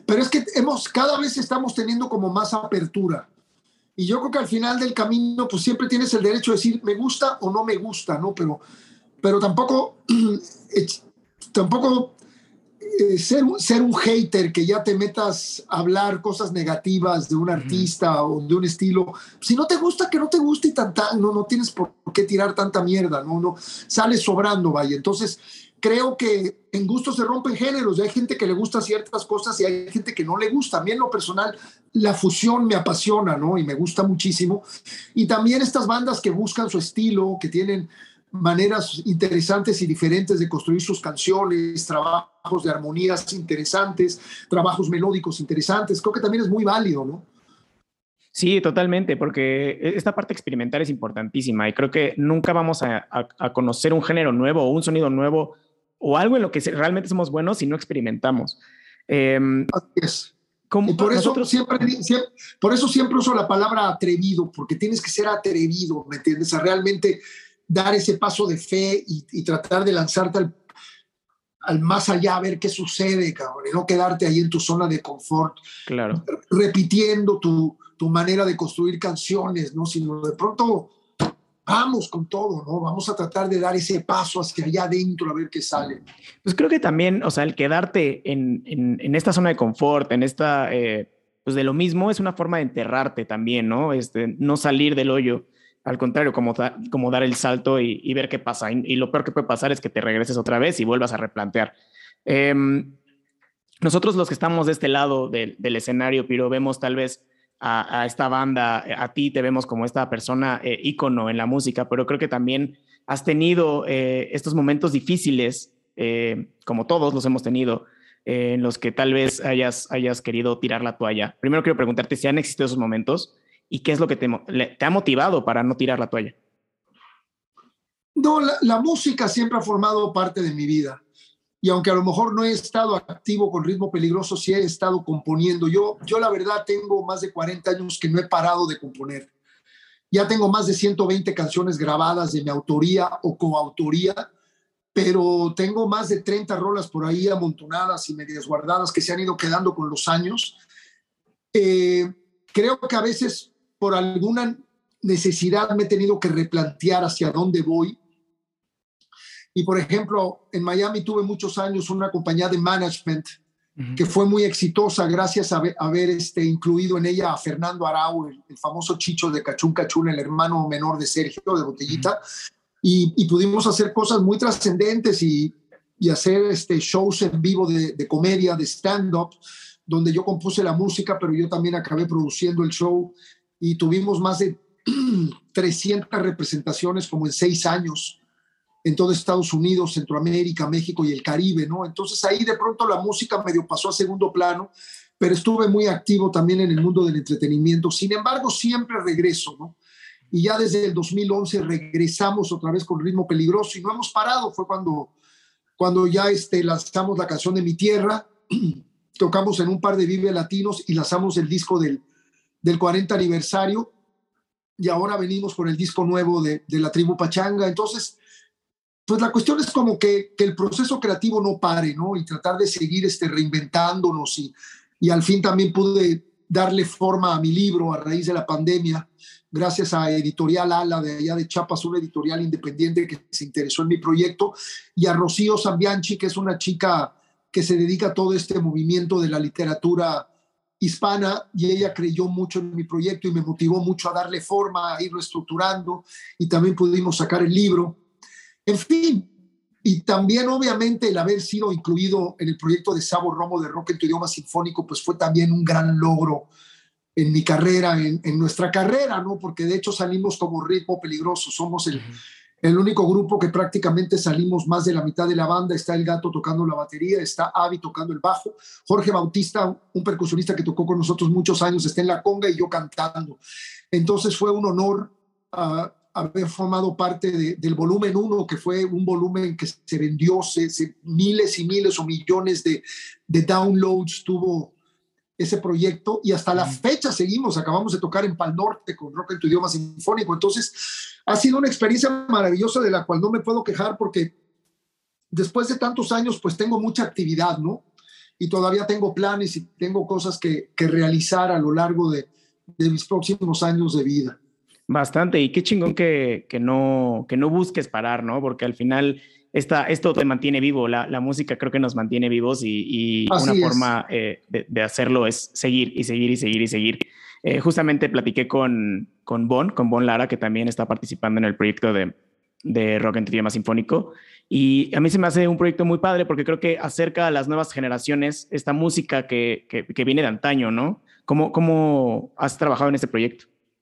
[SPEAKER 3] pero es que hemos, cada vez estamos teniendo como más apertura. Y yo creo que al final del camino, pues siempre tienes el derecho de decir, me gusta o no me gusta, ¿no? Pero, pero tampoco, eh, tampoco eh, ser, ser un hater que ya te metas a hablar cosas negativas de un artista uh-huh. o de un estilo. Si no te gusta, que no te guste y tan, tan, no, no tienes por qué tirar tanta mierda, ¿no? No, sales sobrando, vaya. Entonces, creo que en gusto se rompen géneros y hay gente que le gusta ciertas cosas y hay gente que no le gusta. A mí en lo personal la fusión me apasiona, ¿no? Y me gusta muchísimo. Y también estas bandas que buscan su estilo, que tienen maneras interesantes y diferentes de construir sus canciones, trabajos de armonías interesantes, trabajos melódicos interesantes. Creo que también es muy válido, ¿no?
[SPEAKER 1] Sí, totalmente, porque esta parte experimental es importantísima y creo que nunca vamos a, a, a conocer un género nuevo o un sonido nuevo o algo en lo que realmente somos buenos si no experimentamos. Eh,
[SPEAKER 3] Así es. Y por eso, nosotros... siempre, siempre, por eso siempre uso la palabra atrevido, porque tienes que ser atrevido, ¿me entiendes? A realmente dar ese paso de fe y, y tratar de lanzarte al, al más allá a ver qué sucede, cabrón, y no quedarte ahí en tu zona de confort,
[SPEAKER 1] claro.
[SPEAKER 3] repitiendo tu, tu manera de construir canciones, ¿no? Sino de pronto vamos con todo, ¿no? Vamos a tratar de dar ese paso hacia allá adentro a ver qué sale.
[SPEAKER 1] Pues creo que también, o sea, el quedarte en, en, en esta zona de confort, en esta, eh, pues de lo mismo, es una forma de enterrarte también, ¿no? Este, no salir del hoyo. Al contrario, como, da, como dar el salto y, y ver qué pasa. Y, y lo peor que puede pasar es que te regreses otra vez y vuelvas a replantear. Eh, nosotros los que estamos de este lado del, del escenario, Piro, vemos tal vez a, a esta banda, a ti te vemos como esta persona eh, ícono en la música, pero creo que también has tenido eh, estos momentos difíciles, eh, como todos los hemos tenido, eh, en los que tal vez hayas, hayas querido tirar la toalla. Primero quiero preguntarte si han existido esos momentos y qué es lo que te, te ha motivado para no tirar la toalla.
[SPEAKER 3] No, la, la música siempre ha formado parte de mi vida. Y aunque a lo mejor no he estado activo con Ritmo Peligroso, sí he estado componiendo. Yo, yo la verdad tengo más de cuarenta años que no he parado de componer. Ya tengo más de ciento veinte canciones grabadas de mi autoría o coautoría, pero tengo más de treinta rolas por ahí amontonadas y medias guardadas que se han ido quedando con los años. Eh, creo que a veces por alguna necesidad me he tenido que replantear hacia dónde voy. Y, por ejemplo, en Miami tuve muchos años una compañía de management uh-huh. que fue muy exitosa gracias a haber, haber este, incluido en ella a Fernando Arau, el, el famoso Chicho de Cachún Cachún, el hermano menor de Sergio de Botellita, uh-huh. y, y pudimos hacer cosas muy trascendentes y, y hacer este, shows en vivo de, de comedia, de stand-up, donde yo compuse la música, pero yo también acabé produciendo el show y tuvimos más de trescientas representaciones como en seis años. En todo Estados Unidos, Centroamérica, México y el Caribe, ¿no? Entonces ahí de pronto la música medio pasó a segundo plano, pero estuve muy activo también en el mundo del entretenimiento. Sin embargo, siempre regreso, ¿no? Y ya desde el dos mil once regresamos otra vez con Ritmo Peligroso y no hemos parado. Fue cuando, cuando ya este, lanzamos la canción de Mi Tierra, tocamos en un par de Vive Latinos y lanzamos el disco del, del cuarenta aniversario y ahora venimos con el disco nuevo de, de La Tribu Pachanga. Entonces, pues la cuestión es como que, que el proceso creativo no pare, ¿no? Y tratar de seguir este, reinventándonos y, y al fin también pude darle forma a mi libro a raíz de la pandemia, gracias a Editorial Ala de allá de Chiapas, una editorial independiente que se interesó en mi proyecto, y a Rocío Sambianchi, que es una chica que se dedica a todo este movimiento de la literatura hispana, y ella creyó mucho en mi proyecto y me motivó mucho a darle forma, a irlo estructurando, y también pudimos sacar el libro. En fin, y también obviamente el haber sido incluido en el proyecto de Sabo Romo de Rock en tu idioma sinfónico, pues fue también un gran logro en mi carrera, en, en nuestra carrera, ¿no? Porque de hecho salimos como Ritmo Peligroso, somos el, uh-huh. el único grupo que prácticamente salimos más de la mitad de la banda. Está el Gato tocando la batería, está Avi tocando el bajo, Jorge Bautista, un percusionista que tocó con nosotros muchos años, está en la conga y yo cantando. Entonces fue un honor uh, haber formado parte de, del volumen uno, que fue un volumen que se vendió, se, se, miles y miles o millones de, de downloads tuvo ese proyecto, y hasta la fecha seguimos, acabamos de tocar en Pal Norte con Rock en tu idioma sinfónico. Entonces ha sido una experiencia maravillosa de la cual no me puedo quejar, porque después de tantos años pues tengo mucha actividad, ¿no? y todavía tengo planes y tengo cosas que, que realizar a lo largo de, de mis próximos años de vida.
[SPEAKER 1] Bastante, y qué chingón que, que, no, que no busques parar, ¿no? Porque al final esta, esto te mantiene vivo, la, la música creo que nos mantiene vivos y, y una
[SPEAKER 3] Así es.
[SPEAKER 1] forma eh, de, de hacerlo es seguir y seguir y seguir y seguir. Eh, justamente platiqué con, con Bon, con Bon Lara, que también está participando en el proyecto de, de Rock en tu idioma sinfónico, y a mí se me hace un proyecto muy padre porque creo que acerca a las nuevas generaciones esta música que, que, que viene de antaño, ¿no? ¿Cómo, ¿Cómo has trabajado en este proyecto?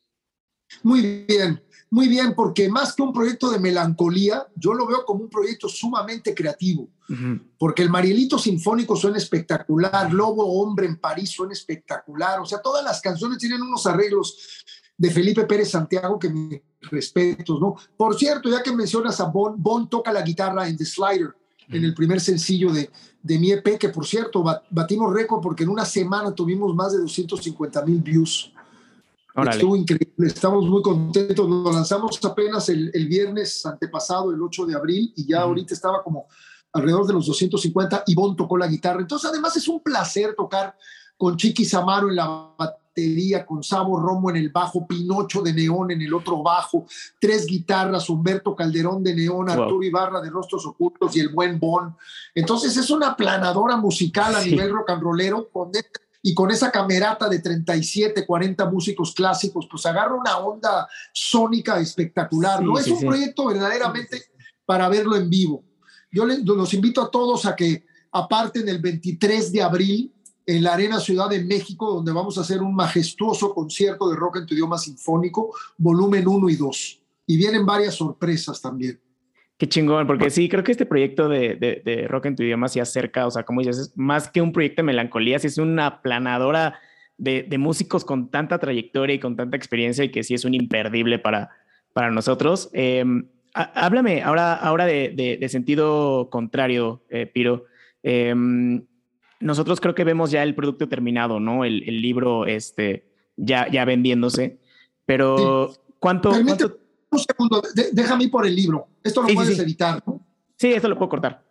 [SPEAKER 3] Muy bien, muy bien, porque más que un proyecto de melancolía, yo lo veo como un proyecto sumamente creativo, uh-huh. Porque el Marielito Sinfónico suena espectacular, Lobo Hombre en París suena espectacular, o sea, todas las canciones tienen unos arreglos de Felipe Pérez Santiago que me respeto, ¿no? Por cierto, ya que mencionas a Bon, Bon toca la guitarra en The Slider, uh-huh. En el primer sencillo de, de mi E P, que por cierto, batimos récord porque en una semana tuvimos más de doscientos cincuenta mil views. Órale. Estuvo increíble, estamos muy contentos. Lo lanzamos apenas el, el viernes antepasado, el ocho de abril, y ya uh-huh. ahorita estaba como alrededor de los doscientos cincuenta, y Bon tocó la guitarra. Entonces, además, es un placer tocar con Chiqui Samaro en la batería, con Sabo Romo en el bajo, Pinocho de Neón en el otro bajo, tres guitarras, Humberto Calderón de Neón, wow. Arturo Ibarra de Rostros Ocultos y el buen Bon. Entonces, es una planadora musical a sí. nivel rock and rollero, con y con esa camerata de treinta y siete, cuarenta músicos clásicos, pues agarra una onda sónica espectacular, ¿no? Sí, es sí, un sí. proyecto verdaderamente para verlo en vivo. Yo les, los invito a todos a que aparten el veintitrés de abril en la Arena Ciudad de México, donde vamos a hacer un majestuoso concierto de rock en tu idioma sinfónico, volumen uno y dos. Y vienen varias sorpresas también.
[SPEAKER 1] Qué chingón, porque sí, creo que este proyecto de, de, de Rock en tu idioma se acerca, o sea, como dices, es más que un proyecto de melancolía, sí es una planadora de, de músicos con tanta trayectoria y con tanta experiencia y que sí es un imperdible para, para nosotros. Eh, háblame ahora, ahora de, de, de sentido contrario, eh, Piro. Eh, nosotros creo que vemos ya el producto terminado, ¿no? El, el libro este, ya, ya vendiéndose, pero sí. ¿cuánto, ¿cuánto?
[SPEAKER 3] Un segundo, de, déjame ir por el libro. Esto lo sí, puedes sí, sí. editar, ¿no?
[SPEAKER 1] Sí, esto lo puedo cortar.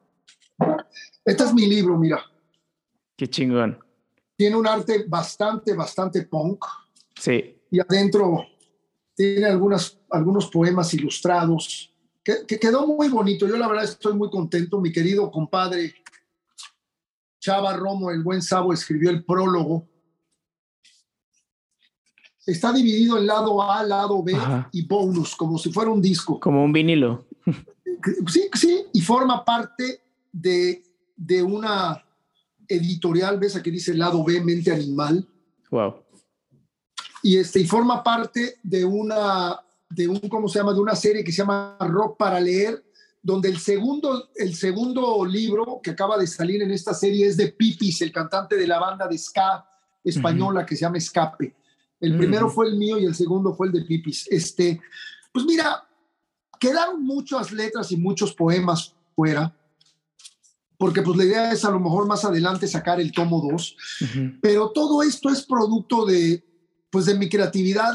[SPEAKER 3] Este es mi libro, mira.
[SPEAKER 1] Qué chingón.
[SPEAKER 3] Tiene un arte bastante, bastante punk.
[SPEAKER 1] Sí.
[SPEAKER 3] Y adentro tiene algunas, algunos poemas ilustrados que, que quedó muy bonito. Yo la verdad estoy muy contento. Mi querido compadre Chava Romo, el buen Sabo, escribió el prólogo. Está dividido en lado A, lado B, ajá. y bonus, como si fuera un disco.
[SPEAKER 1] Como un vinilo.
[SPEAKER 3] Sí, sí, y forma parte de, de una editorial, ves aquí dice lado B, Mente Animal.
[SPEAKER 1] Wow.
[SPEAKER 3] Y, este, y forma parte de una, de un, ¿cómo se llama? De una serie que se llama Rock para Leer, donde el segundo, el segundo libro que acaba de salir en esta serie es de Pipis, el cantante de la banda de ska española uh-huh. que se llama Escape. El uh-huh. primero fue el mío y el segundo fue el de Pipis. Este, pues mira, quedaron muchas letras y muchos poemas fuera, porque pues la idea es a lo mejor más adelante sacar el tomo dos, uh-huh. pero todo esto es producto de, pues de mi creatividad.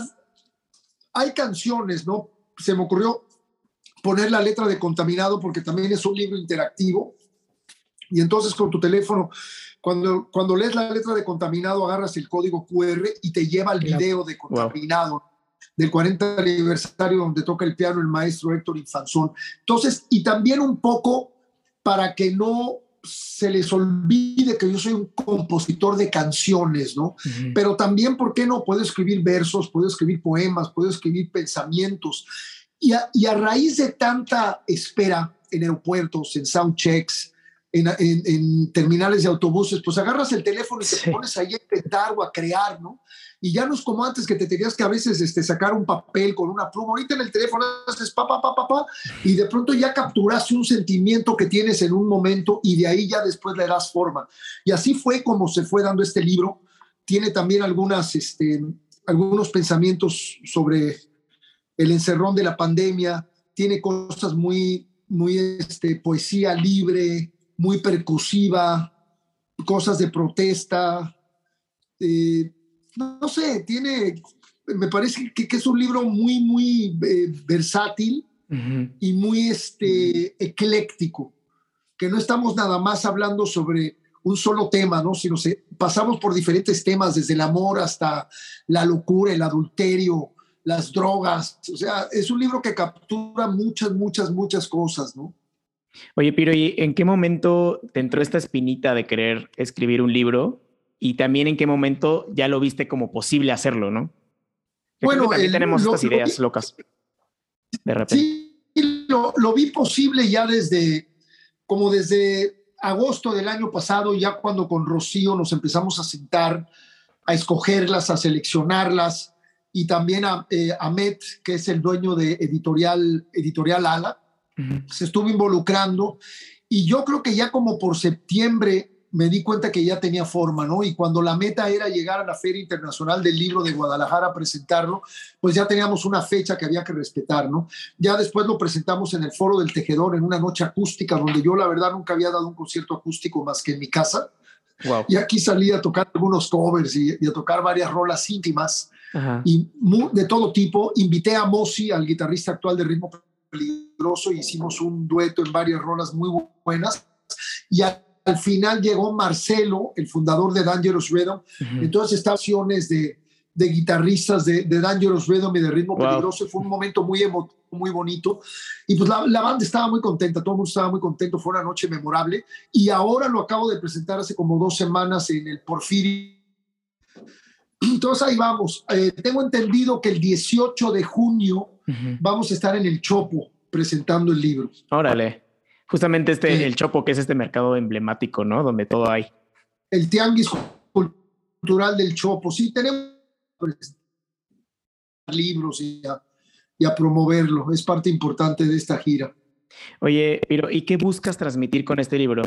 [SPEAKER 3] Hay canciones, ¿no? Se me ocurrió poner la letra de Contaminado porque también es un libro interactivo, y entonces con tu teléfono, cuando, cuando lees la letra de Contaminado, agarras el código cu erre y te lleva al video de Contaminado, wow. del cuarenta aniversario, donde toca el piano el maestro Héctor Infanzón. Entonces, y también un poco para que no se les olvide que yo soy un compositor de canciones, ¿no? Uh-huh. Pero también, ¿por qué no? Puedo escribir versos, puedo escribir poemas, puedo escribir pensamientos. Y a, y a raíz de tanta espera en aeropuertos, en soundchecks, En, en, en terminales de autobuses, pues agarras el teléfono y te sí. pones ahí a inventar o a crear, ¿no? Y ya no es como antes que te tenías que a veces este, sacar un papel con una pluma. Ahorita en el teléfono haces pa, pa, pa, pa, pa, y de pronto ya capturaste un sentimiento que tienes en un momento y de ahí ya después le das forma. Y así fue como se fue dando este libro. Tiene también algunas, este, algunos pensamientos sobre el encerrón de la pandemia. Tiene cosas muy, muy este, poesía libre, muy percusiva, cosas de protesta, eh, no, no sé, tiene, me parece que, que es un libro muy, muy eh, versátil uh-huh. y muy este, ecléctico, que no estamos nada más hablando sobre un solo tema, ¿no? Sino se, pasamos por diferentes temas, desde el amor hasta la locura, el adulterio, las drogas. O sea, es un libro que captura muchas, muchas, muchas cosas, ¿no?
[SPEAKER 1] Oye, Piro, ¿y en qué momento te entró esta espinita de querer escribir un libro? Y también en qué momento ya lo viste como posible hacerlo, ¿no? Que
[SPEAKER 3] Bueno,
[SPEAKER 1] creo que también
[SPEAKER 3] el,
[SPEAKER 1] tenemos
[SPEAKER 3] lo,
[SPEAKER 1] estas
[SPEAKER 3] lo
[SPEAKER 1] ideas
[SPEAKER 3] vi,
[SPEAKER 1] locas de repente.
[SPEAKER 3] sí, lo, lo vi posible ya desde, como desde agosto del año pasado, ya cuando con Rocío nos empezamos a sentar, a escogerlas, a seleccionarlas, y también a, eh, a Met, que es el dueño de Editorial, Editorial Ala,
[SPEAKER 1] Uh-huh.
[SPEAKER 3] se estuvo involucrando, y yo creo que ya como por septiembre me di cuenta que ya tenía forma, ¿no? Y cuando la meta era llegar a la Feria Internacional del Libro de Guadalajara a presentarlo, pues ya teníamos una fecha que había que respetar, ¿no? Ya después lo presentamos en el Foro del Tejedor, en una noche acústica, donde yo la verdad nunca había dado un concierto acústico más que en mi casa.
[SPEAKER 1] Wow.
[SPEAKER 3] Y aquí salí a tocar algunos covers y, y a tocar varias rolas íntimas,
[SPEAKER 1] Ajá.
[SPEAKER 3] y muy, de todo tipo. Invité a Mossi, al guitarrista actual de Ritmo Peligroso, y hicimos un dueto en varias rolas muy buenas. Y al, al final llegó Marcelo, el fundador de Dangerous Rhythm. Uh-huh. Entonces estas acciones de, de guitarristas de, de Dangerous Rhythm y de Ritmo wow. Peligroso, fue un momento muy emotivo, muy bonito, y pues la, la banda estaba muy contenta, todo el mundo estaba muy contento, fue una noche memorable, y ahora lo acabo de presentar hace como dos semanas en el Porfirio. Entonces ahí vamos. Eh, tengo entendido que el dieciocho de junio uh-huh. vamos a estar en el Chopo presentando el libro.
[SPEAKER 1] Órale. Justamente este, sí. El Chopo, que es este mercado emblemático, ¿no? Donde todo hay.
[SPEAKER 3] El Tianguis Cultural del Chopo. Sí, tenemos libros y a, y a promoverlo. Es parte importante de esta gira.
[SPEAKER 1] Oye, pero ¿y qué buscas transmitir con este libro?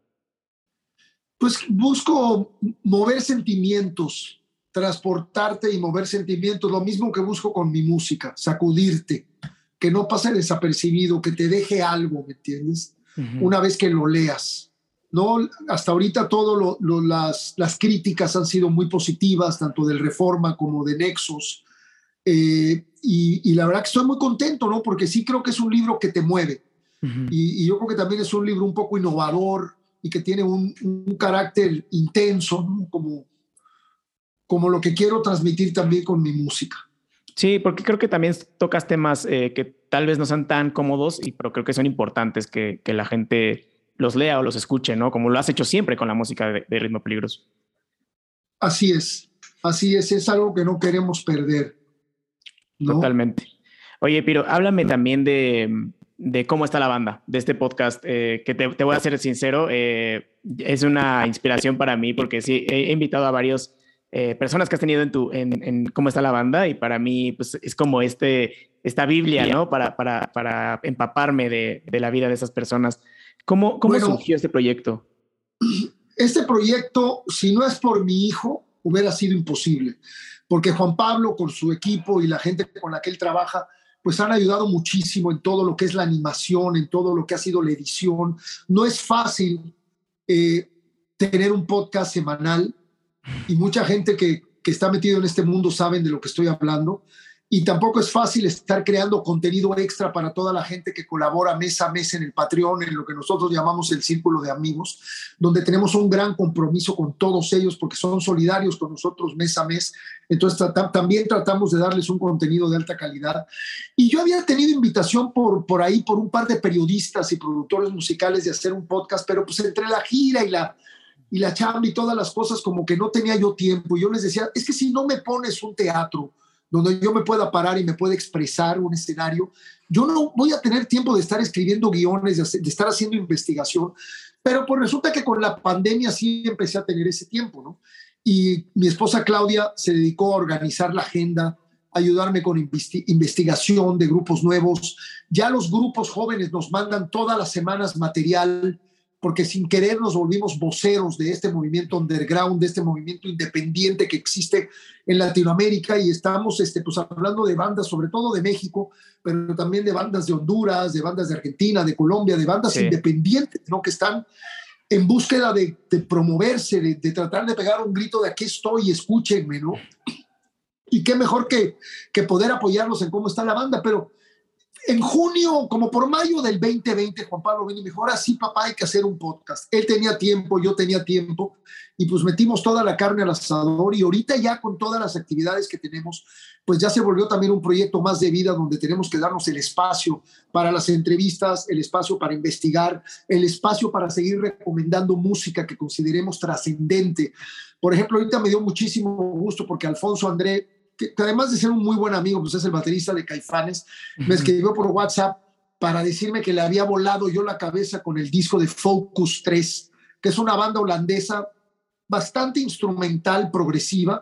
[SPEAKER 3] Pues busco mover sentimientos, transportarte y mover sentimientos, lo mismo que busco con mi música, sacudirte, que no pase desapercibido, que te deje algo, ¿me entiendes? Uh-huh. Una vez que lo leas. ¿No? Hasta ahorita todo lo, lo, las, las críticas han sido muy positivas, tanto del Reforma como de Nexos, eh, y, y la verdad que estoy muy contento, ¿no? Porque sí creo que es un libro que te mueve, uh-huh. y, y yo creo que también es un libro un poco innovador y que tiene un, un carácter intenso, ¿no? como, como lo que quiero transmitir también con mi música.
[SPEAKER 1] Sí, porque creo que también tocas temas eh, que tal vez no sean tan cómodos, y, pero creo que son importantes que, que la gente los lea o los escuche, ¿no? Como lo has hecho siempre con la música de, de Ritmo Peligroso.
[SPEAKER 3] Así es, así es, es algo que no queremos perder, ¿no?
[SPEAKER 1] Totalmente. Oye, Piro, háblame también de, de cómo está la banda, de este podcast, eh, que te, te voy a ser sincero, eh, es una inspiración para mí, porque sí, he invitado a varios eh, personas que has tenido en, tu, en, en cómo está la banda, y para mí pues, es como este, esta Biblia, ¿no? Para, para, para empaparme de, de la vida de esas personas. ¿Cómo, cómo bueno, surgió este proyecto?
[SPEAKER 3] Este proyecto, si no es por mi hijo, hubiera sido imposible, porque Juan Pablo con su equipo y la gente con la que él trabaja, pues han ayudado muchísimo en todo lo que es la animación, en todo lo que ha sido la edición. No es fácil eh, tener un podcast semanal, y mucha gente que, que está metido en este mundo saben de lo que estoy hablando. Y tampoco es fácil estar creando contenido extra para toda la gente que colabora mes a mes en el Patreon, en lo que nosotros llamamos el Círculo de Amigos, donde tenemos un gran compromiso con todos ellos porque son solidarios con nosotros mes a mes. Entonces tra- también tratamos de darles un contenido de alta calidad. Y yo había tenido invitación por, por ahí por un par de periodistas y productores musicales de hacer un podcast, pero pues entre la gira y la, y la chamba y todas las cosas, como que no tenía yo tiempo. Yo les decía, es que si no me pones un teatro donde yo me pueda parar y me pueda expresar un escenario, yo no voy a tener tiempo de estar escribiendo guiones, de, hacer, de estar haciendo investigación, pero pues resulta que con la pandemia sí empecé a tener ese tiempo, ¿no? Y mi esposa Claudia se dedicó a organizar la agenda, a ayudarme con investi- investigación de grupos nuevos. Ya los grupos jóvenes nos mandan todas las semanas material, porque sin querer nos volvimos voceros de este movimiento underground, de este movimiento independiente que existe en Latinoamérica, y estamos este, pues, hablando de bandas, sobre todo de México, pero también de bandas de Honduras, de bandas de Argentina, de Colombia, de bandas sí. independientes, ¿no? Que están en búsqueda de, de promoverse, de, de tratar de pegar un grito de aquí estoy, escúchenme, ¿no? Y qué mejor que, que poder apoyarlos en cómo está la banda, pero En junio, como por mayo del veinte veinte, Juan Pablo vino y me dijo, ahora sí, papá, hay que hacer un podcast. Él tenía tiempo, yo tenía tiempo, y pues metimos toda la carne al asador, y ahorita ya con todas las actividades que tenemos, pues ya se volvió también un proyecto más de vida, donde tenemos que darnos el espacio para las entrevistas, el espacio para investigar, el espacio para seguir recomendando música que consideremos trascendente. Por ejemplo, ahorita me dio muchísimo gusto porque Alfonso André, que, que además de ser un muy buen amigo, pues es el baterista de Caifanes, uh-huh. me escribió por WhatsApp para decirme que le había volado yo la cabeza con el disco de Focus tres, que es una banda holandesa bastante instrumental, progresiva,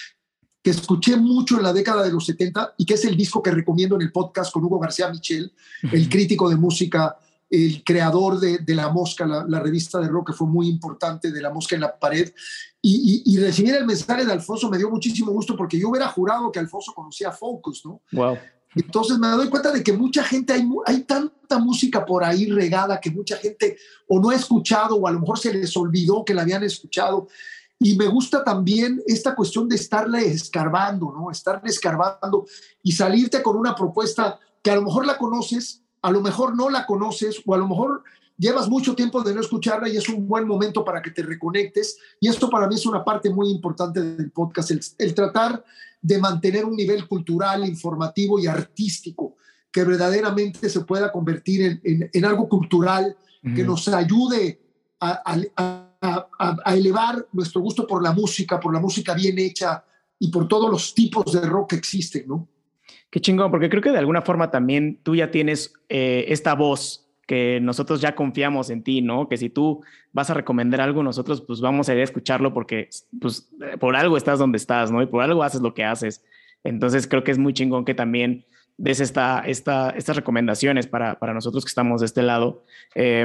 [SPEAKER 3] que escuché mucho en la década de los setenta y que es el disco que recomiendo en el podcast con Hugo García Michel, uh-huh. el crítico de música, el creador de, de La Mosca, la, la revista de rock que fue muy importante, de La Mosca en la Pared. Y, y, y recibir el mensaje de Alfonso me dio muchísimo gusto porque yo hubiera jurado que Alfonso conocía Focus, ¿no?
[SPEAKER 1] Wow.
[SPEAKER 3] Entonces me doy cuenta de que mucha gente, hay, hay tanta música por ahí regada que mucha gente o no ha escuchado o a lo mejor se les olvidó que la habían escuchado. Y me gusta también esta cuestión de estarle escarbando, ¿no? Estarle escarbando y salirte con una propuesta que a lo mejor la conoces, a lo mejor no la conoces o a lo mejor llevas mucho tiempo de no escucharla y es un buen momento para que te reconectes. Y esto para mí es una parte muy importante del podcast, el, el tratar de mantener un nivel cultural, informativo y artístico que verdaderamente se pueda convertir en, en, en algo cultural uh-huh. que nos ayude a, a, a, a elevar nuestro gusto por la música, por la música bien hecha y por todos los tipos de rock que existen, ¿no?
[SPEAKER 1] Qué chingón, porque creo que de alguna forma también tú ya tienes eh, esta voz que nosotros ya confiamos en ti, ¿no? Que si tú vas a recomendar algo, nosotros pues vamos a ir a escucharlo porque pues por algo estás donde estás, ¿no? Y por algo haces lo que haces. Entonces creo que es muy chingón que también des esta, esta, estas recomendaciones para, para nosotros que estamos de este lado. Eh,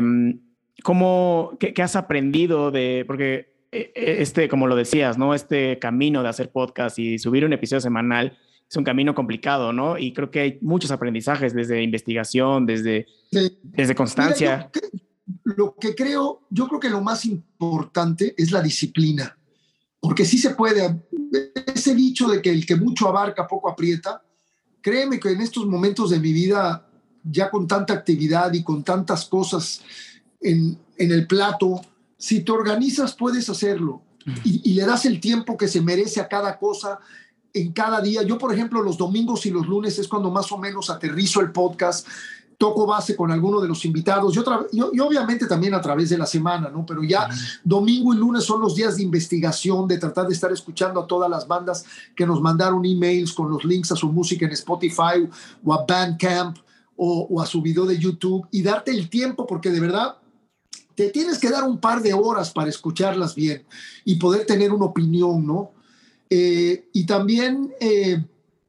[SPEAKER 1] ¿cómo, qué, qué has aprendido de...? Porque este, como lo decías, ¿no? Este camino de hacer podcast y subir un episodio semanal es un camino complicado, ¿no? Y creo que hay muchos aprendizajes desde investigación, desde, sí. desde constancia.
[SPEAKER 3] Mira, yo, lo que creo, yo creo que lo más importante es la disciplina, porque sí se puede, ese dicho de que el que mucho abarca, poco aprieta, créeme que en estos momentos de mi vida, ya con tanta actividad y con tantas cosas en, en el plato, si te organizas puedes hacerlo y, y le das el tiempo que se merece a cada cosa, en cada día. Yo, por ejemplo, los domingos y los lunes es cuando más o menos aterrizo el podcast, toco base con alguno de los invitados, yo, yo, yo obviamente también a través de la semana, ¿no? Pero ya uh-huh. domingo y lunes son los días de investigación, de tratar de estar escuchando a todas las bandas que nos mandaron emails con los links a su música en Spotify o a Bandcamp o, o a su video de YouTube y darte el tiempo porque de verdad te tienes que dar un par de horas para escucharlas bien y poder tener una opinión, ¿no? Eh, y también eh,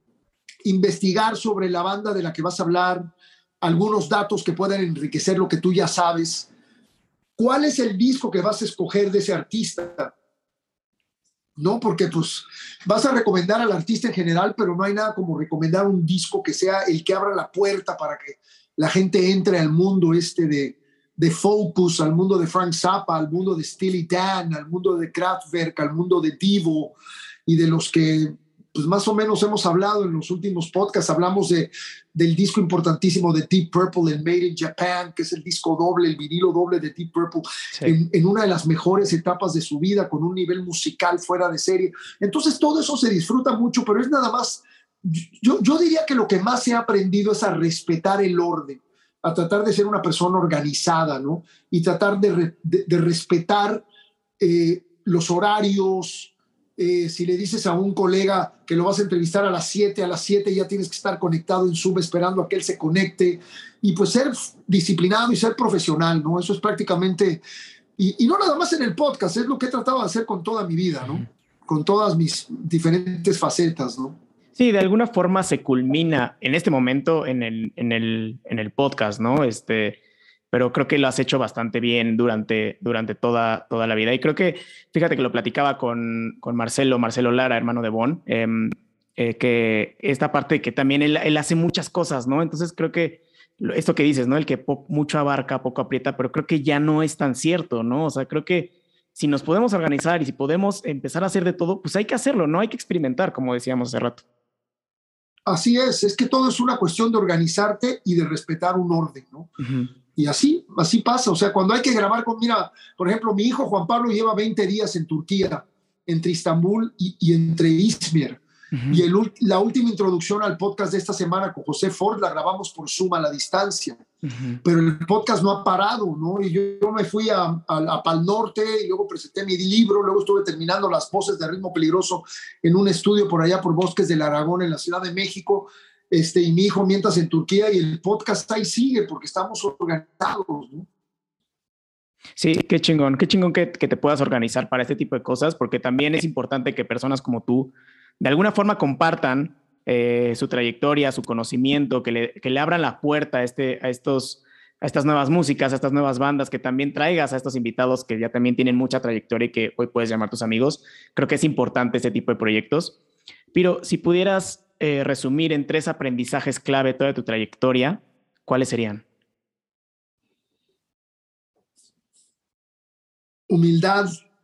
[SPEAKER 3] investigar sobre la banda de la que vas a hablar, algunos datos que puedan enriquecer lo que tú ya sabes. ¿Cuál es el disco que vas a escoger de ese artista? No, porque pues vas a recomendar al artista en general, pero no hay nada como recomendar un disco que sea el que abra la puerta para que la gente entre al mundo este de, de Focus, al mundo de Frank Zappa, al mundo de Steely Dan, al mundo de Kraftwerk, al mundo de Devo, y de los que pues más o menos hemos hablado en los últimos podcasts. Hablamos de, del disco importantísimo de Deep Purple, el Made in Japan, que es el disco doble, el vinilo doble de Deep Purple, sí. en, en una de las mejores etapas de su vida, con un nivel musical fuera de serie. Entonces todo eso se disfruta mucho, pero es nada más, yo, yo diría que lo que más he aprendido es a respetar el orden, a tratar de ser una persona organizada, ¿no? Y tratar de, re, de, de respetar eh, los horarios. Eh, si le dices a un colega que lo vas a entrevistar a las siete, a las siete ya tienes que estar conectado en Zoom esperando a que él se conecte y pues ser disciplinado y ser profesional, ¿no? Eso es prácticamente, y, y no nada más en el podcast, es lo que he tratado de hacer con toda mi vida, ¿no? Con todas mis diferentes facetas, ¿no?
[SPEAKER 1] Sí, de alguna forma se culmina en este momento en el, en el, en el podcast, ¿no? Este... pero creo que lo has hecho bastante bien durante, durante toda, toda la vida. Y creo que, fíjate que lo platicaba con, con Marcelo, Marcelo Lara, hermano de Bon, eh, eh, que esta parte que también él, él hace muchas cosas, ¿no? Entonces creo que esto que dices, ¿no? El que po- mucho abarca, poco aprieta, pero creo que ya no es tan cierto, ¿no? O sea, creo que si nos podemos organizar y si podemos empezar a hacer de todo, pues hay que hacerlo, ¿no? Hay que experimentar, como decíamos hace rato.
[SPEAKER 3] Así es, es que todo es una cuestión de organizarte y de respetar un orden, ¿no?
[SPEAKER 1] Uh-huh.
[SPEAKER 3] Y así, así pasa. O sea, cuando hay que grabar con, mira, por ejemplo, mi hijo Juan Pablo lleva veinte días en Turquía, entre Istambul y, y entre Izmir. Uh-huh. Y el, la última introducción al podcast de esta semana con José Ford la grabamos por Zoom a la distancia. Uh-huh. Pero el podcast no ha parado, ¿no? Y yo, yo me fui a, a, a Pal Norte y luego presenté mi libro, luego estuve terminando las voces de Ritmo Peligroso en un estudio por allá por Bosques del Aragón en la Ciudad de México. Este, y mi hijo mientras en Turquía, y el podcast ahí sigue porque estamos organizados, ¿no?
[SPEAKER 1] Sí, qué chingón, qué chingón que, que te puedas organizar para este tipo de cosas, porque también es importante que personas como tú de alguna forma compartan eh, su trayectoria, su conocimiento, que le, que le abran la puerta a, este, a, estos, a estas nuevas músicas, a estas nuevas bandas, que también traigas a estos invitados que ya también tienen mucha trayectoria y que hoy puedes llamar tus amigos. Creo que es importante este tipo de proyectos. Pero si pudieras eh, resumir en tres aprendizajes clave toda tu trayectoria, ¿cuáles serían?
[SPEAKER 3] Humildad,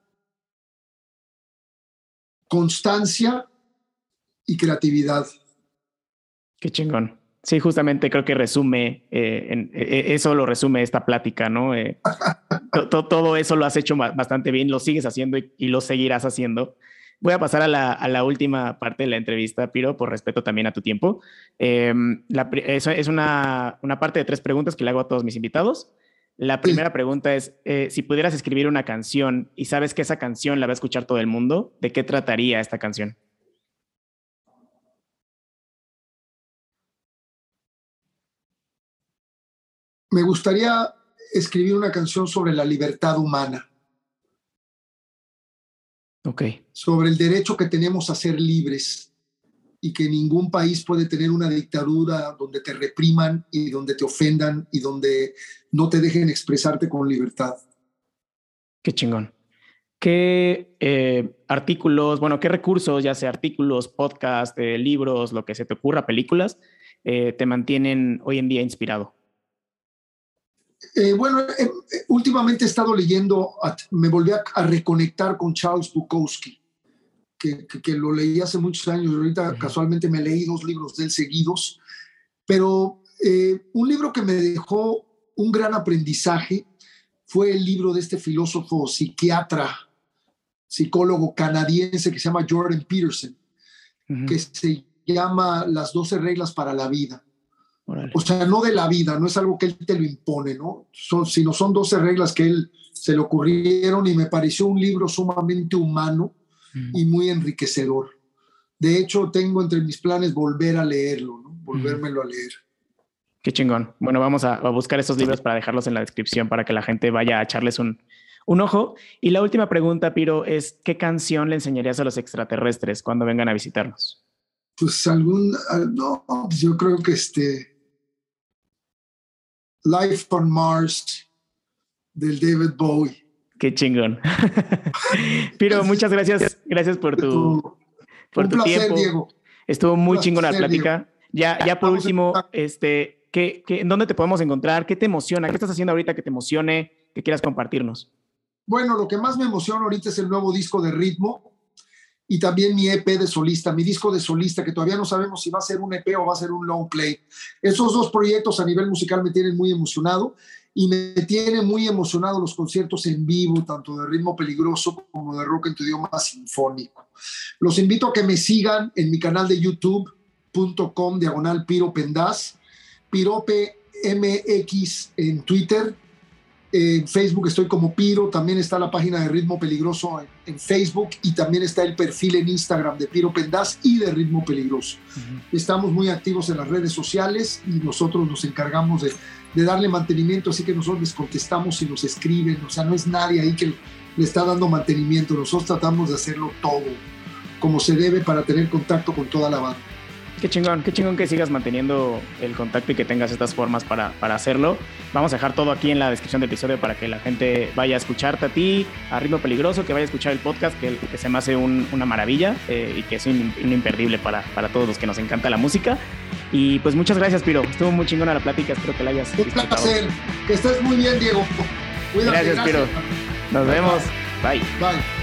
[SPEAKER 3] constancia y creatividad.
[SPEAKER 1] Qué chingón. Sí, justamente creo que resume, eh, en, eh, eso lo resume esta plática, ¿no? Eh, to, to, todo eso lo has hecho bastante bien, lo sigues haciendo y, y lo seguirás haciendo. Voy a pasar a la, a la última parte de la entrevista, Piro, por respeto también a tu tiempo. Eh, la, eso es una, una parte de tres preguntas que le hago a todos mis invitados. La primera pregunta es, eh, si pudieras escribir una canción y sabes que esa canción la va a escuchar todo el mundo, ¿de qué trataría esta canción?
[SPEAKER 3] Me gustaría escribir una canción sobre la libertad humana.
[SPEAKER 1] Ok.
[SPEAKER 3] Sobre el derecho que tenemos a ser libres y que ningún país puede tener una dictadura donde te repriman y donde te ofendan y donde no te dejen expresarte con libertad.
[SPEAKER 1] Qué chingón. ¿Qué eh, artículos, bueno, qué recursos, ya sea artículos, podcast, eh, libros, lo que se te ocurra, películas, eh, te mantienen hoy en día inspirado?
[SPEAKER 3] Eh, bueno, eh, últimamente he estado leyendo, me volví a, a reconectar con Charles Bukowski, que, que, que lo leí hace muchos años, ahorita uh-huh. casualmente me leí dos libros de él seguidos, pero eh, un libro que me dejó un gran aprendizaje fue el libro de este filósofo psiquiatra, psicólogo canadiense que se llama Jordan Peterson, uh-huh. que se llama Las doce reglas para la vida. Orale. O sea, no de la vida, no es algo que él te lo impone, ¿no? Son, sino son doce reglas que él se le ocurrieron y me pareció un libro sumamente humano mm. y muy enriquecedor. De hecho, tengo entre mis planes volver a leerlo, ¿no? Volvérmelo mm. a leer.
[SPEAKER 1] Qué chingón. Bueno, vamos a, a buscar esos libros para dejarlos en la descripción para que la gente vaya a echarles un, un ojo. Y la última pregunta, Piro, es ¿qué canción le enseñarías a los extraterrestres cuando vengan a visitarnos?
[SPEAKER 3] Pues algún, no, yo creo que este Life on Mars del David Bowie.
[SPEAKER 1] Qué chingón. Piro, muchas gracias. Gracias por tu, por tu
[SPEAKER 3] placer,
[SPEAKER 1] tiempo.
[SPEAKER 3] Diego.
[SPEAKER 1] Estuvo muy chingona la plática.
[SPEAKER 3] Diego.
[SPEAKER 1] Ya, ya por último, este, ¿qué, qué, ¿en dónde te podemos encontrar? ¿Qué te emociona? ¿Qué estás haciendo ahorita que te emocione, que quieras compartirnos?
[SPEAKER 3] Bueno, lo que más me emociona ahorita es el nuevo disco de Ritmo y también mi E P de solista, mi disco de solista, que todavía no sabemos si va a ser un E P o va a ser un long play. Esos dos proyectos a nivel musical me tienen muy emocionado y me tienen muy emocionado los conciertos en vivo, tanto de Ritmo Peligroso como de Rock en tu idioma sinfónico. Los invito a que me sigan en mi canal de youtube punto com diagonal Piro Pendas, Pirope M X en Twitter. En Facebook estoy como Piro, también está la página de Ritmo Peligroso en, en Facebook y también está el perfil en Instagram de Piro Pendas y de Ritmo Peligroso. Uh-huh. Estamos muy activos en las redes sociales y nosotros nos encargamos de, de darle mantenimiento, así que nosotros les contestamos y nos escriben, o sea, no es nadie ahí que le está dando mantenimiento, nosotros tratamos de hacerlo todo como se debe para tener contacto con toda la banda.
[SPEAKER 1] Qué chingón, qué chingón que sigas manteniendo el contacto y que tengas estas formas para, para hacerlo. Vamos a dejar todo aquí en la descripción del episodio para que la gente vaya a escucharte a ti, a Ritmo Peligroso, que vaya a escuchar el podcast, que, que se me hace un, una maravilla eh, y que es un, un imperdible para, para todos los que nos encanta la música. Y pues muchas gracias, Piro. Estuvo muy chingona la plática, espero que la hayas
[SPEAKER 3] disfrutado. Un placer. Que estés muy bien, Diego.
[SPEAKER 1] Cuídate, gracias, gracias, Piro. Nos bye, vemos. Bye.
[SPEAKER 3] Bye.